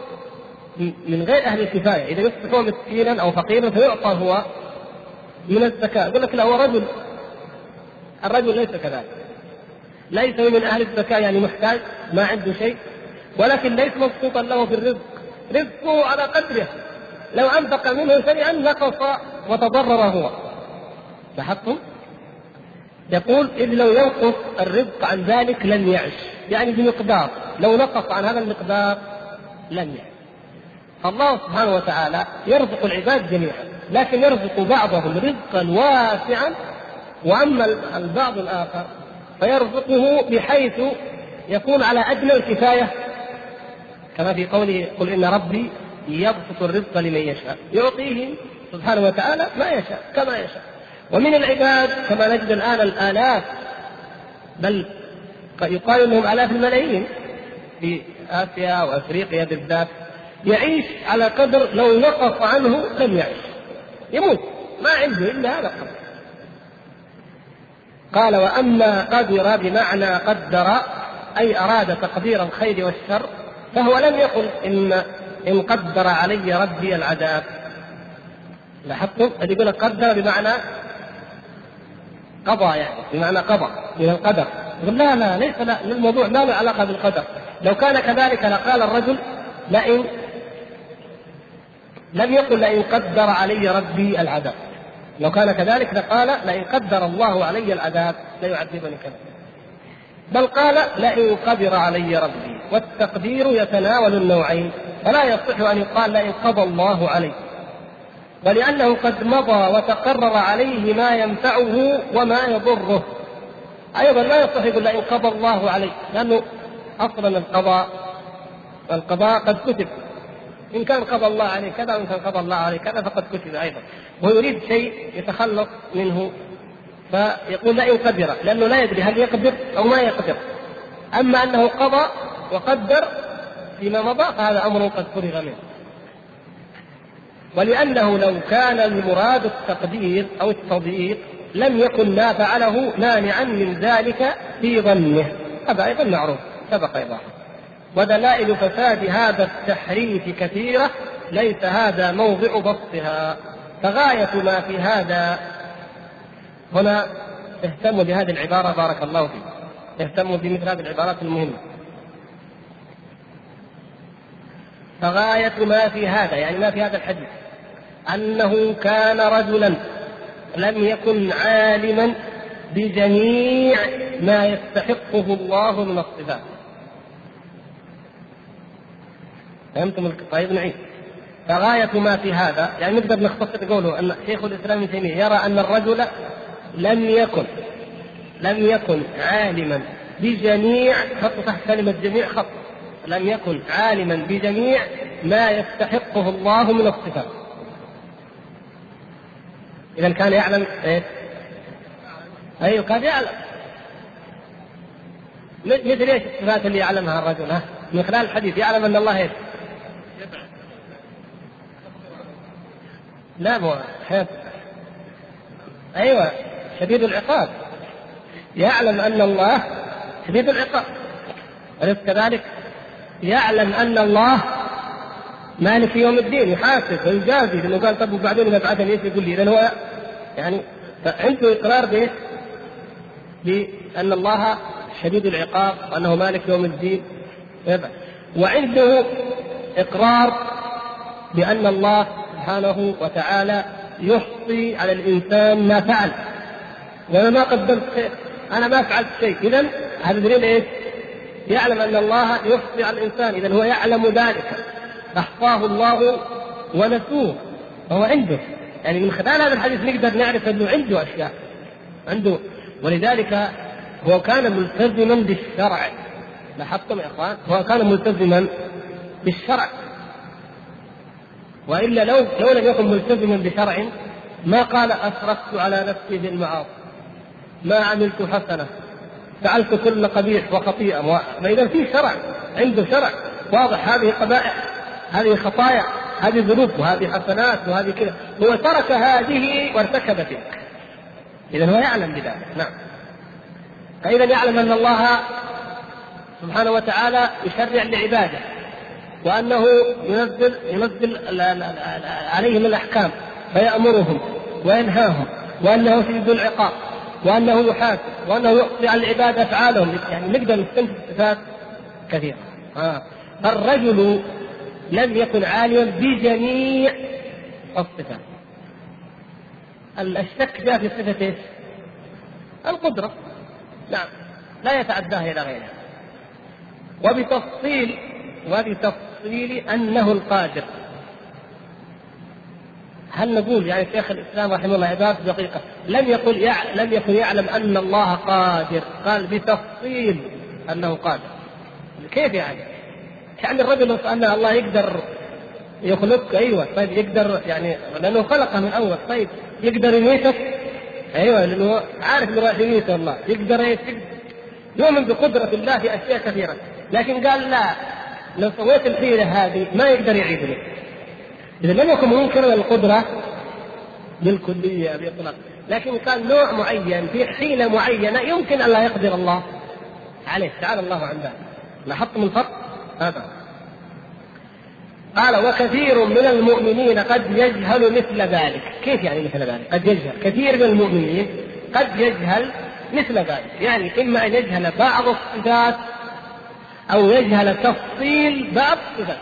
من غير أهل الكفاية. إذا يصبح هو مسكينا أو فقيرا فيعطى هو من الزكاة. يقول لك لا هو رجل، الرجل ليس كذلك، ليس من أهل الزكاة يعني محتاج ما عنده شيء، ولكن ليس مبسوطا له في الرزق، رزقه على قدره، لو أنفق منه شيئا نقص وتضرر هو. لاحظتم؟ يقول إذ لو ينقص الرزق عن ذلك لن يعش، يعني بمقدار، لو نقص عن هذا المقدار لن يعش. الله سبحانه وتعالى يرزق العباد جميعا، لكن يرزق بعضهم رزقا واسعا، وأما البعض الآخر فيرزقه بحيث يكون على أدنى الكفاية، كما في قوله قل إن ربي يبسط الرزق لمن يشاء، يعطيه سبحانه وتعالى ما يشاء كما يشاء. ومن العباد كما نجد الآن الآلاف، بل يقال أنهم آلاف الملايين في آسيا وأفريقيا بالذات، يعيش على قدر لو نقص عنه لم يعيش، يموت ما عنده إلا هذا القدر. قال وأما قدر بمعنى قدر أي أراد تقدير الخير والشر، فهو لم يقل إن إن قدر علي ربي العذاب. لاحظتم؟ اللي يقول قدر بمعنى قضى، يعني بمعنى قضى من القدر. يقول لا لا ليس لا الموضوع ما له علاقة بالقدر. لو كان كذلك لقال الرجل لئن لم يقل لئن قدر علي ربي العذاب، لو كان كذلك لقال لئن قدر الله علي العذاب ليعذبني كذا، بل قال لئن قدر علي ربي. والتقدير يتناول النوعين، فلا يصح أن يقال لئن قضى الله علي، ولأنه قد مضى وتقرر عليه ما ينفعه وما يضره. أيضا لا يصح يقول إن قضى الله عليه، لأنه أصلا القضاء القضاء قد كتب، إن كان قضى الله عليه كذا وإن كان قضى الله عليه كذا فقد كتب أيضا، ويريد شيء يتخلص منه فيقول لا إن قدر، لأنه لا يدري هل يقدر أو ما يقدر. أما أنه قضى وقدر فيما مضى فهذا أمر قد فرغ منه. ولأنه لو كان المراد التقدير أو التضييق لم يكن ما فعله مانعا من ذلك في ظنه، هذا أيضا معروف سبق أيضا. ودلائل فساد هذا التحريف كثيرة ليس هذا موضع بسطها، فغاية ما في هذا هنا اهتموا بهذه العبارة بارك الله فيك، اهتموا بمثل هذه العبارات المهمة. فغاية ما في هذا يعني ما في هذا الحديث أنه كان رجلا لم يكن عالما بجميع ما يستحقه الله من الصفات. فهمتم؟ طيب نعيد. فغاية ما في هذا يعني نقدر نختصر قوله أن شيخ الإسلام ابن تيمية يرى أن الرجل لم يكن لم يكن عالما بجميع، خط تحت كلمة جميع خط، لم يكن عالما بجميع ما يستحقه الله من الصفات. إذا كان يعلم إيه؟ أيوه كان يعلم مثل إيش الصفات اللي يعلمها الرجل ها؟ من خلال الحديث يعلم أن الله إيه؟ لا مو حيث. أيوة شديد العقاب، يعلم أن الله شديد العقاب، أليس كذلك؟ يعلم أن الله مالك يوم الدين يحاسب ويجازي، لأنه قال طب وبعدين إذا بعثني إيش يقول لي؟ إذن هو يعني عنده إقرار به بأن الله شديد العقاب وأنه مالك يوم الدين، وعنده إقرار بأن الله سبحانه وتعالى يحصي على الإنسان ما فعل، وأنا ما قدمت خير، أنا ما فعلت شيء. إذن هذا دليل إيه؟ يعلم أن الله يحصي على الإنسان، إذن هو يعلم ذلك، أحصاه الله ونسوه، فهو عنده. يعني من خلال هذا الحديث نقدر نعرف أنه عنده أشياء عنده، ولذلك هو كان ملتزما بالشرع. لاحظتم يا إخوان؟ هو كان ملتزما بالشرع، وإلا لو لو لم يكن ملتزما بشرع ما قال أسرفت على نفسي بالمعاصي، ما عملت حسنة، فعلت كل قبيح وخطيئة. فإذا في شرع، عنده شرع واضح، هذه قبائح، هذه خطايا، هذه ذنوب، وهذه حسنات، وهذه كذا، هو ترك هذه وارتكب تلك. إذا هو يعلم بذلك. نعم. فإذا يعلم أن الله سبحانه وتعالى يشرع لعباده، وأنه ينزل ينزل عليهم الأحكام فيأمرهم وينهاهم، وأنه شديد العقاب، وأنه يحاسب، وأنه يقضي على العباد أفعالهم. يعني نقدر نستنتج صفات كثيرة. آه. الرجل لم يكن عالما بجميع الصفات. الشك جاء في صفة القدرة، نعم، لا يتعداها إلى غيرها، وبتفصيل وبتفصيل أنه القادر. هل نقول يعني شيخ الإسلام رحمه الله عبارة دقيقة، لم يقل يع... لم يكن يعلم أن الله قادر، قال بتفصيل أنه قادر. كيف يعني؟ يعني الرجل لو سألنا الله يقدر يخلقك، أيوة طيب يقدر، يعني لأنه خلقه من أول، طيب يقدر يميتك، أيوة لأنه عارف إنه راح يميت الله، يقدر يقدر يؤمن بقدرة الله في أشياء كثيرة، لكن قال لا، لو سويت الحيلة هذه ما يقدر يعيدني. إذا لم يكن منكرا القدرة بالكلية بإطلاق، لكن كان نوع معين في حيلة معينة يمكن أن لا يقدر الله عليه، تعالى الله عن ذلك. لاحظتم الفرق هذا؟ قال وكثير من المؤمنين قد يجهل مثل ذلك. كيف يعني مثل ذلك؟ قد يجهل كثير من المؤمنين قد يجهل مثل ذلك، يعني إما أن يجهل بعض الصفات أو يجهل تفصيل بعض الصفات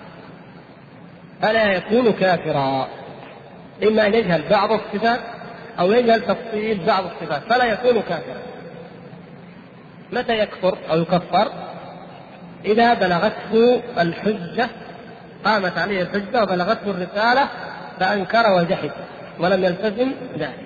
فلا يكون كافرا. إما أن يجهل بعض الصفات أو يجهل تفصيل بعض الصفات فلا يكون كافرا. متى يكفر أو يكفر؟ إذا بلغته الحجة، قامت عليه الحجة وبلغته الرسالة فأنكر وجحد ولم يلتزم ذلك.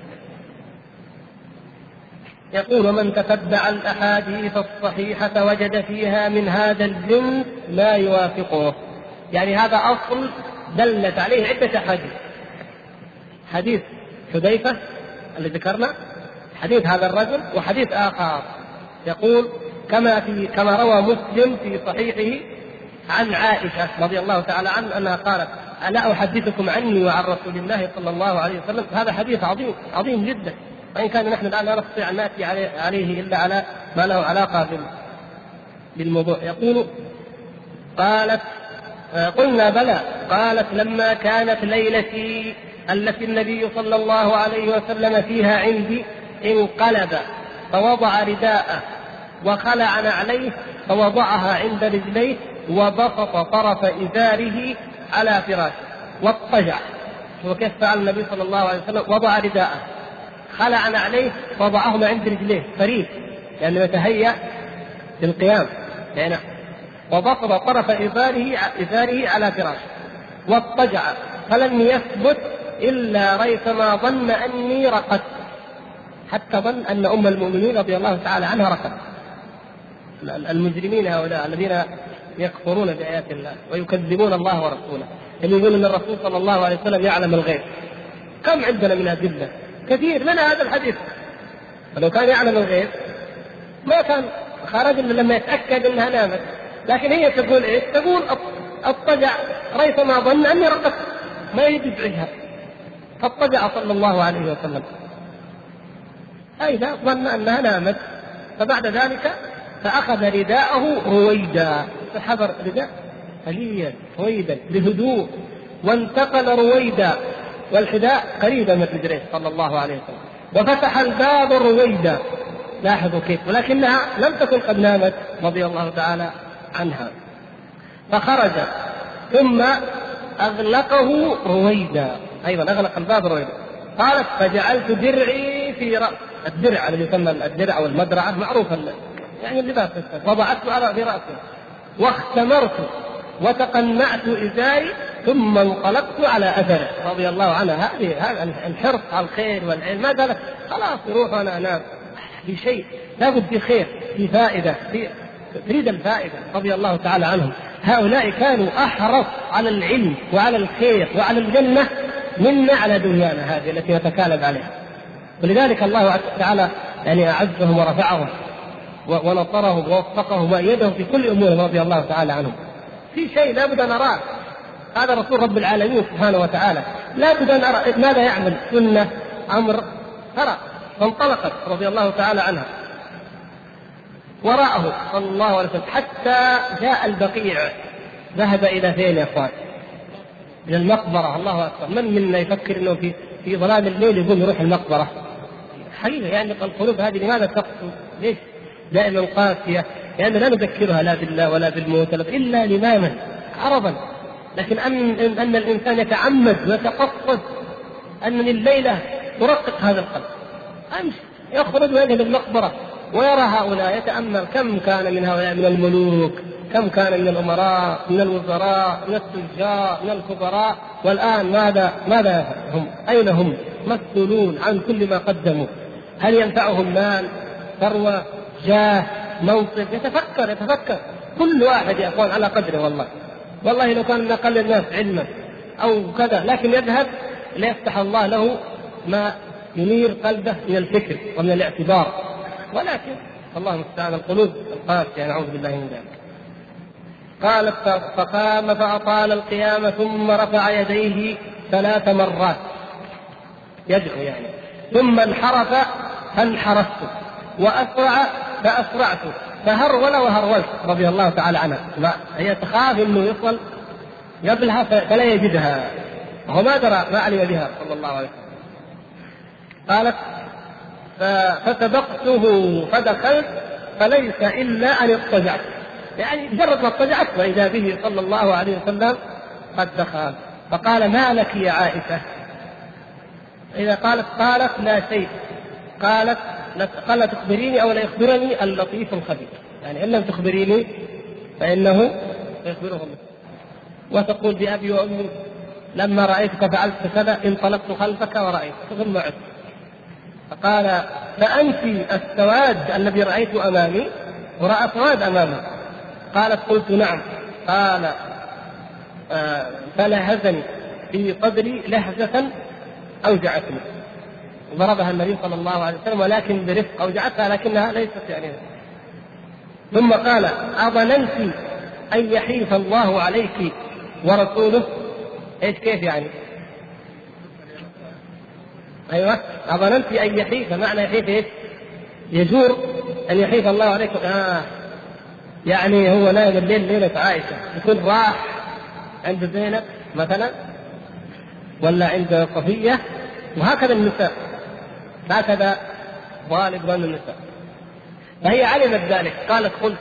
يقول: ومن تتبع الأحاديث الصحيحة وجد فيها من هذا الجنس ما يوافقه. يعني هذا أصل دلت عليه عدة أحاديث: حديث حذيفة اللي ذكرنا، حديث هذا الرجل، وحديث آخر يقول كما في كما روى مسلم في صحيحه عن عائشة رضي الله تعالى عنها أنها قالت: ألا أحدثكم عني وعن رسول الله صلى الله عليه وسلم. هذا حديث عظيم عظيم جدا، وإن كان نحن الآن لا نستطيع أن نأتي عليه إلا على ما له علاقة بالموضوع. يقول: قالت: قلنا بلى. قالت: لما كانت ليلتي التي النبي صلى الله عليه وسلم فيها عندي انقلب فوضع رداءه وخلع نعليه فوضعها عند رجليه وبسط طرف إزاره على فراشه واضطجع. وكيف فعل النبي صلى الله عليه وسلم؟ وضع رداءه، خلع نعليه، وضعهما عند رجليه فريد لأنه يعني يتهيأ للقيام يعني، وبسط طرف إزاره إزاره على فراشه واضطجع، فلم يثبت إلا ريثما ظن أني رقدت، حتى ظن أن أم المؤمنين رضي الله تعالى عنها رقدت. المجرمين هؤلاء الذين يكفرون بآيات الله ويكذبون الله ورسوله، اللي يقول أن الرسول صلى الله عليه وسلم يعلم الغيب. كم عندنا من أدلة كثير منها هذا الحديث. فلو كان يعلم الغيب ما كان خرج إلا لما يتأكد أنها نامت، لكن هي تقول إيه؟ تقول اضطجع ريثما ظن أني رقدت، ما يجب عجها، فاضطجع صلى الله عليه وسلم أيضا ظن أنها نامت. فبعد ذلك فأخذ رداءه رويدا، فحضر رداء هليا رويدا بهدوء، وانتقل رويدا والحذاء قريبا من رجليه صلى الله عليه وسلم، وفتح الباب رويدا. لاحظوا كيف، ولكنها لم تكن قد نامت رضي الله تعالى عنها. فخرج ثم أغلقه رويدا، أيضا أغلق الباب رويدا. قالت: فجعلت درعي في رأس، الدرع الذي يسمى الدرع أو المدرعة معروفا يعني اللباس، وضعته على في رأسه، واختمرت وتقنعت إزاري ثم انطلقت على أثره رضي الله عنها. هذه هذا الحرص على الخير والعلم، ما قال خلاص يروح وأنا أنام، في شيء لابد في خير، في فائدة، في تريد الفائدة رضي الله تعالى عنهم. هؤلاء كانوا أحرص على العلم وعلى الخير وعلى الجنة منا على دنيانا هذه التي نتكالب عليها. ولذلك الله تعالى يعني أعزهم ورفعهم ونصرهم ووفقهم وأيدهم في كل أمور رضي الله تعالى عنهم. في شيء لابد أن أراه، هذا رسول رب العالمين سبحانه وتعالى، لابد أن أرى ماذا يعمل، سنة أمر، ترى. فانطلقت رضي الله تعالى عنها وراءه صلى الله عليه وسلم حتى جاء البقيع. ذهب إلى فين يا أخوان؟ إلى المقبرة. الله أكبر، من منا يفكر أنه في في ظلام الليل يقول يروح المقبرة؟ حقيقة يعني القلوب هذه لماذا تقسو؟ ليش دائما قاسية؟ لأن لا نذكرها لا بالله ولا بالموت إلا لماما عرضا. لكن أن, أن الإنسان يتعمد ويتقصد أن الليلة ترقق هذا القلب، أمس يخرج ويذهب المقبرة ويرى هؤلاء، يتأمل كم كان من هؤلاء من الملوك، كم كان من الأمراء، من الوزراء، من التجار، من الكبراء، والآن ماذا ماذا هم؟ أين هم؟ مسؤولون عن كل ما قدموا. هل ينفعهم مال، ثروة، جاه، منصب؟ يتفكر يتفكر كل واحد يا أخوان على قدره. والله والله لو كان من أقل الناس علما أو كذا، لكن يذهب ليفتح الله له ما ينير قلبه من الفكر ومن الاعتبار. ولكن الله المستعان القلوب القاسية، نعوذ بالله من ذلك. قالت: فقام فأطال القيام ثم رفع يديه ثلاث مرات يدعو يعني، ثم انحرف فانحرفت، وأسرع فأسرعت، فهرول وهرولت رضي الله تعالى عنها. هي تخاف انه يصل قبلها فلا يجدها، وهو ما درى ما علم بها صلى الله عليه وسلم. قالت: فسبقته فدخلت فليس إلا أن اضطجعت، يعني مجرد ما اضطجعت وإذا به صلى الله عليه وسلم قد دخل. فقال: ما لك يا عائشة؟ إذا قالت قالت لا شيء. قالت: قال تخبريني أو لا يخبرني اللطيف الخبير، يعني إن لم تخبريني فإنه يخبره الله. وتقول بأبي وأمي لما رأيتك فعلت كذا انطلقت خلفك ورأيتك ثم عدت. فقال فأنت السواد الذي رأيته أمامي؟ ورأى سواد أمامه. قالت قلت نعم. قال آه فلهزني في صدري لهزة أوجعتني. ضربها النبي صلى الله عليه وسلم ولكن برفق، أوجعتها لكنها ليست يعني. ثم قال أظننت أن يحيف الله عليك ورسوله؟ ايش كيف يعني؟ ايوه اظننت ان يحيف، معنى يحيف ايش؟ يجور، ان يحيف الله عليكم. آه. يعني هو نايم الليل ليله عائشه يكون راح عند زينب مثلا ولا عند صفيه، وهكذا النساء، هكذا غالب ظن النساء. فهي علمت ذلك. قالت قلت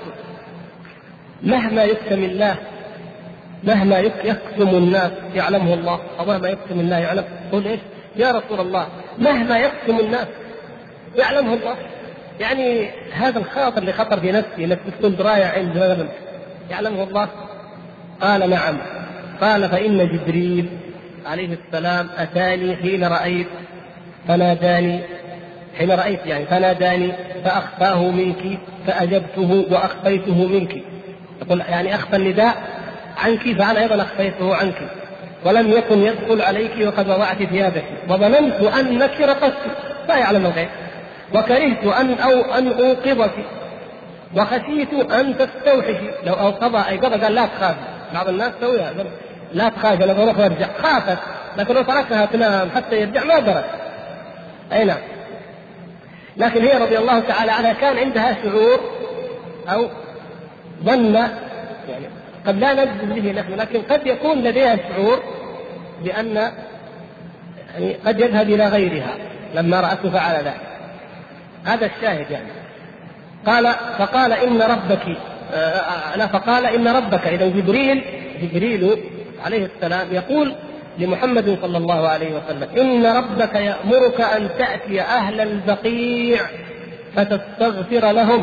مهما يكتم الله، مهما يكتم الناس يعلمه الله، أو مهما يكتم الله يعلم. قل ايش يا رسول الله؟ مهما يكتم الناس يعلمه الله. يعني هذا الخاطر اللي خطر في نفسي انك تكون دراية عند مثلا يعلمه الله. قال نعم. قال فإن جبريل عليه السلام أتاني حين رأيت فناداني، حين رأيت يعني فناداني فأخفاه منك فأجبته وأخفيته منك. يقول يعني أخفى النداء عنك فأنا أيضا أخفيته عنك، ولم يكن يدخل عليك وقد وضعت ثيابك، وظننت أنك رقصت لا يعلم الغيب، وكرهت أن أو أن أوقظك، وخشيت أن تستوحشي. لو أوقظ أي قضى قال لا تخاف، بعض الناس تسويها لا تخاف لو روح وارجع، خافت، لكن لو تركها تنام حتى يرجع ما درت. أي نعم. لكن هي رضي الله تعالى عنها كان عندها شعور أو ظن، يعني قد لا نجزم به نحن، لكن قد يكون لديها شعور بأن يعني قد يذهب إلى غيرها لما رأته فعل ذلك. هذا الشاهد يعني. قال فقال إن ربك آه لا فقال إن ربك، إذا جبريل جبريل عليه السلام يقول لمحمد صلى الله عليه وسلم إن ربك يأمرك أن تأتي أهل البقيع فتستغفر لهم.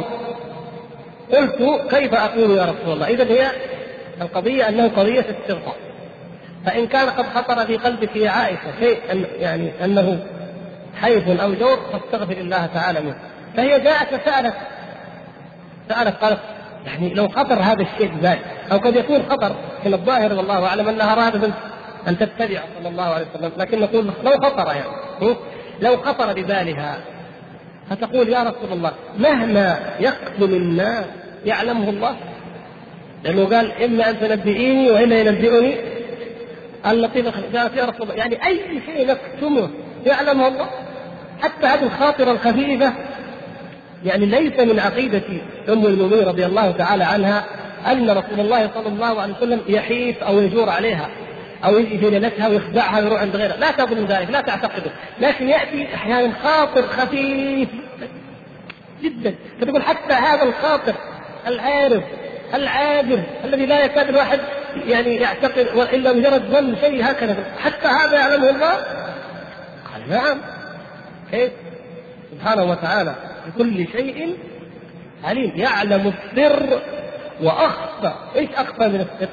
قلت كيف أقول يا رسول الله؟ إذن هي القضية أنه قضية استغفار. فإن كان قد خطر في قلبك يا عائشة شيء أن يعني أنه حيف أو جور فاستغفر الله تعالى منه. فهي جاءت وسألت سألت قالت يعني لو خطر هذا الشيء بذلك، أو قد يكون خطر في الظاهر والله أعلم أنها أرادت أن تتبع صلى الله عليه وسلم، لكن نقول لو خطر يعني لو خطر ببالها فتقول يا رسول الله مهما يقتل الناس يعلمه الله، لأنه قال إما أن تنبئيني وإلا ينبئني اللطيف. قالت يا رسول الله يعني أي شيء نكتمه يعلمه الله، حتى هذه الخاطرة الخفيفة. يعني ليس من عقيدة أم المؤمنين رضي الله تعالى عنها أن رسول الله صلى الله عليه وسلم يحيف أو يجور عليها أو يجي في ليلتها ويخدعها ويروح عند غيرها، لا تظن ذلك، لا تعتقده. لكن يأتي أحيانا خاطر خفيف جدا، فتقول حتى هذا الخاطر العارف العابر الذي لا يكاد الواحد يعني يعتقد إلا مجرد ظن شيء هكذا، حتى هذا يعلمه الله. قال نعم كيف؟ سبحانه وتعالى بكل شيء عليم، يعلم السر وأخفى. إيش أخفى من السر؟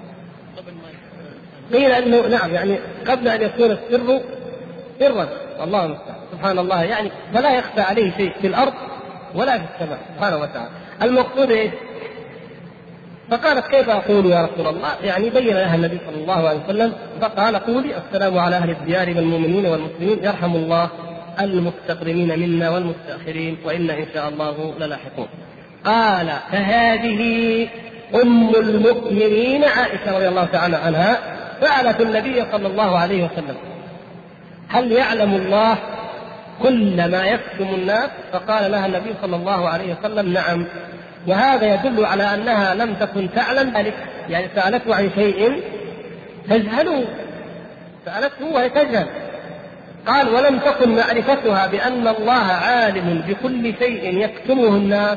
قيل أنه نعم يعني قبل أن يكون السر سرا، والله المستعان سبحان الله، يعني فلا يخفى عليه شيء في الأرض ولا في السماء سبحانه وتعالى. المقصود إيش؟ فقالت كيف أقول يا رسول الله؟ يعني بين لها النبي صلى الله عليه وسلم فقال قولي السلام على أهل الديار والمؤمنين والمسلمين يرحم الله المستقدمين منا والمستأخرين وإنا إن شاء الله للاحقون. قال فهذه أم المؤمنين عائشة رضي الله تعالى عنها فعلت النبي صلى الله عليه وسلم هل يعلم الله كل ما يكتم الناس؟ فقال لها النبي صلى الله عليه وسلم نعم. وهذا يدل على أنها لم تكن تعلم ذلك، يعني سألته عن شيء تجهله، سألته وهي تجهل. قال ولم تكن معرفتها بأن الله عالم بكل شيء يكتمه الناس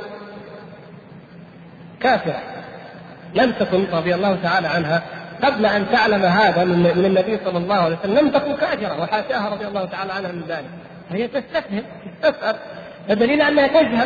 كافرة. لم تكن رضي الله تعالى عنها قبل أن تعلم هذا من النبي صلى الله عليه وسلم لم تكن كافرة، وحاشاها رضي الله تعالى عنها من ذلك. فهي تستفهم تسأل، فدليل أنها تجهل،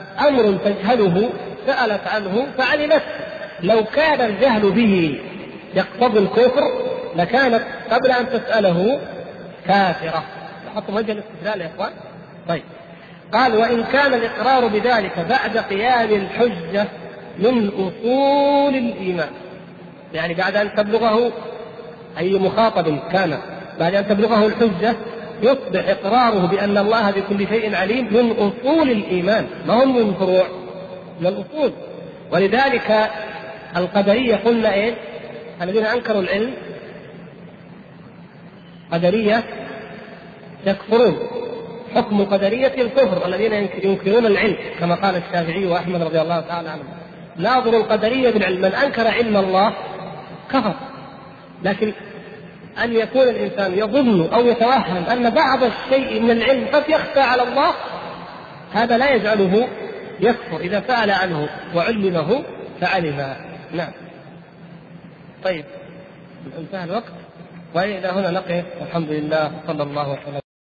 فأمر تجهله سألت عنه فعلمت. لو كان الجهل به يقتضي الكفر لكانت قبل أن تسأله كافرة. حطوا وجه الاستدلال يا إخوان. طيب قال وإن كان الإقرار بذلك بعد قيام الحجة من أصول الإيمان، يعني بعد أن تبلغه أي مخاطب كان بعد أن تبلغه الحجة يصبح إقراره بأن الله بكل شيء عليم من أصول الإيمان، ما هم من فروع، من الأصول. ولذلك القدرية قلنا إيه؟ الذين أنكروا العلم قدرية يكفرون، حكم القدرية الكفر، الذين ينكرون العلم كما قال الشافعي وأحمد رضي الله تعالى عنهم. ناظر القدرية بالعلم، من أنكر علم الله كفر. لكن أن يكون الإنسان يظن أو يتوهم أن بعض الشيء من العلم قد يخفى على الله، هذا لا يجعله يكفر إذا سأل عنه وعلمه فعلم. نعم. طيب انتهى الوقت وإلى هنا نقف، الحمد لله صلى الله وسلم.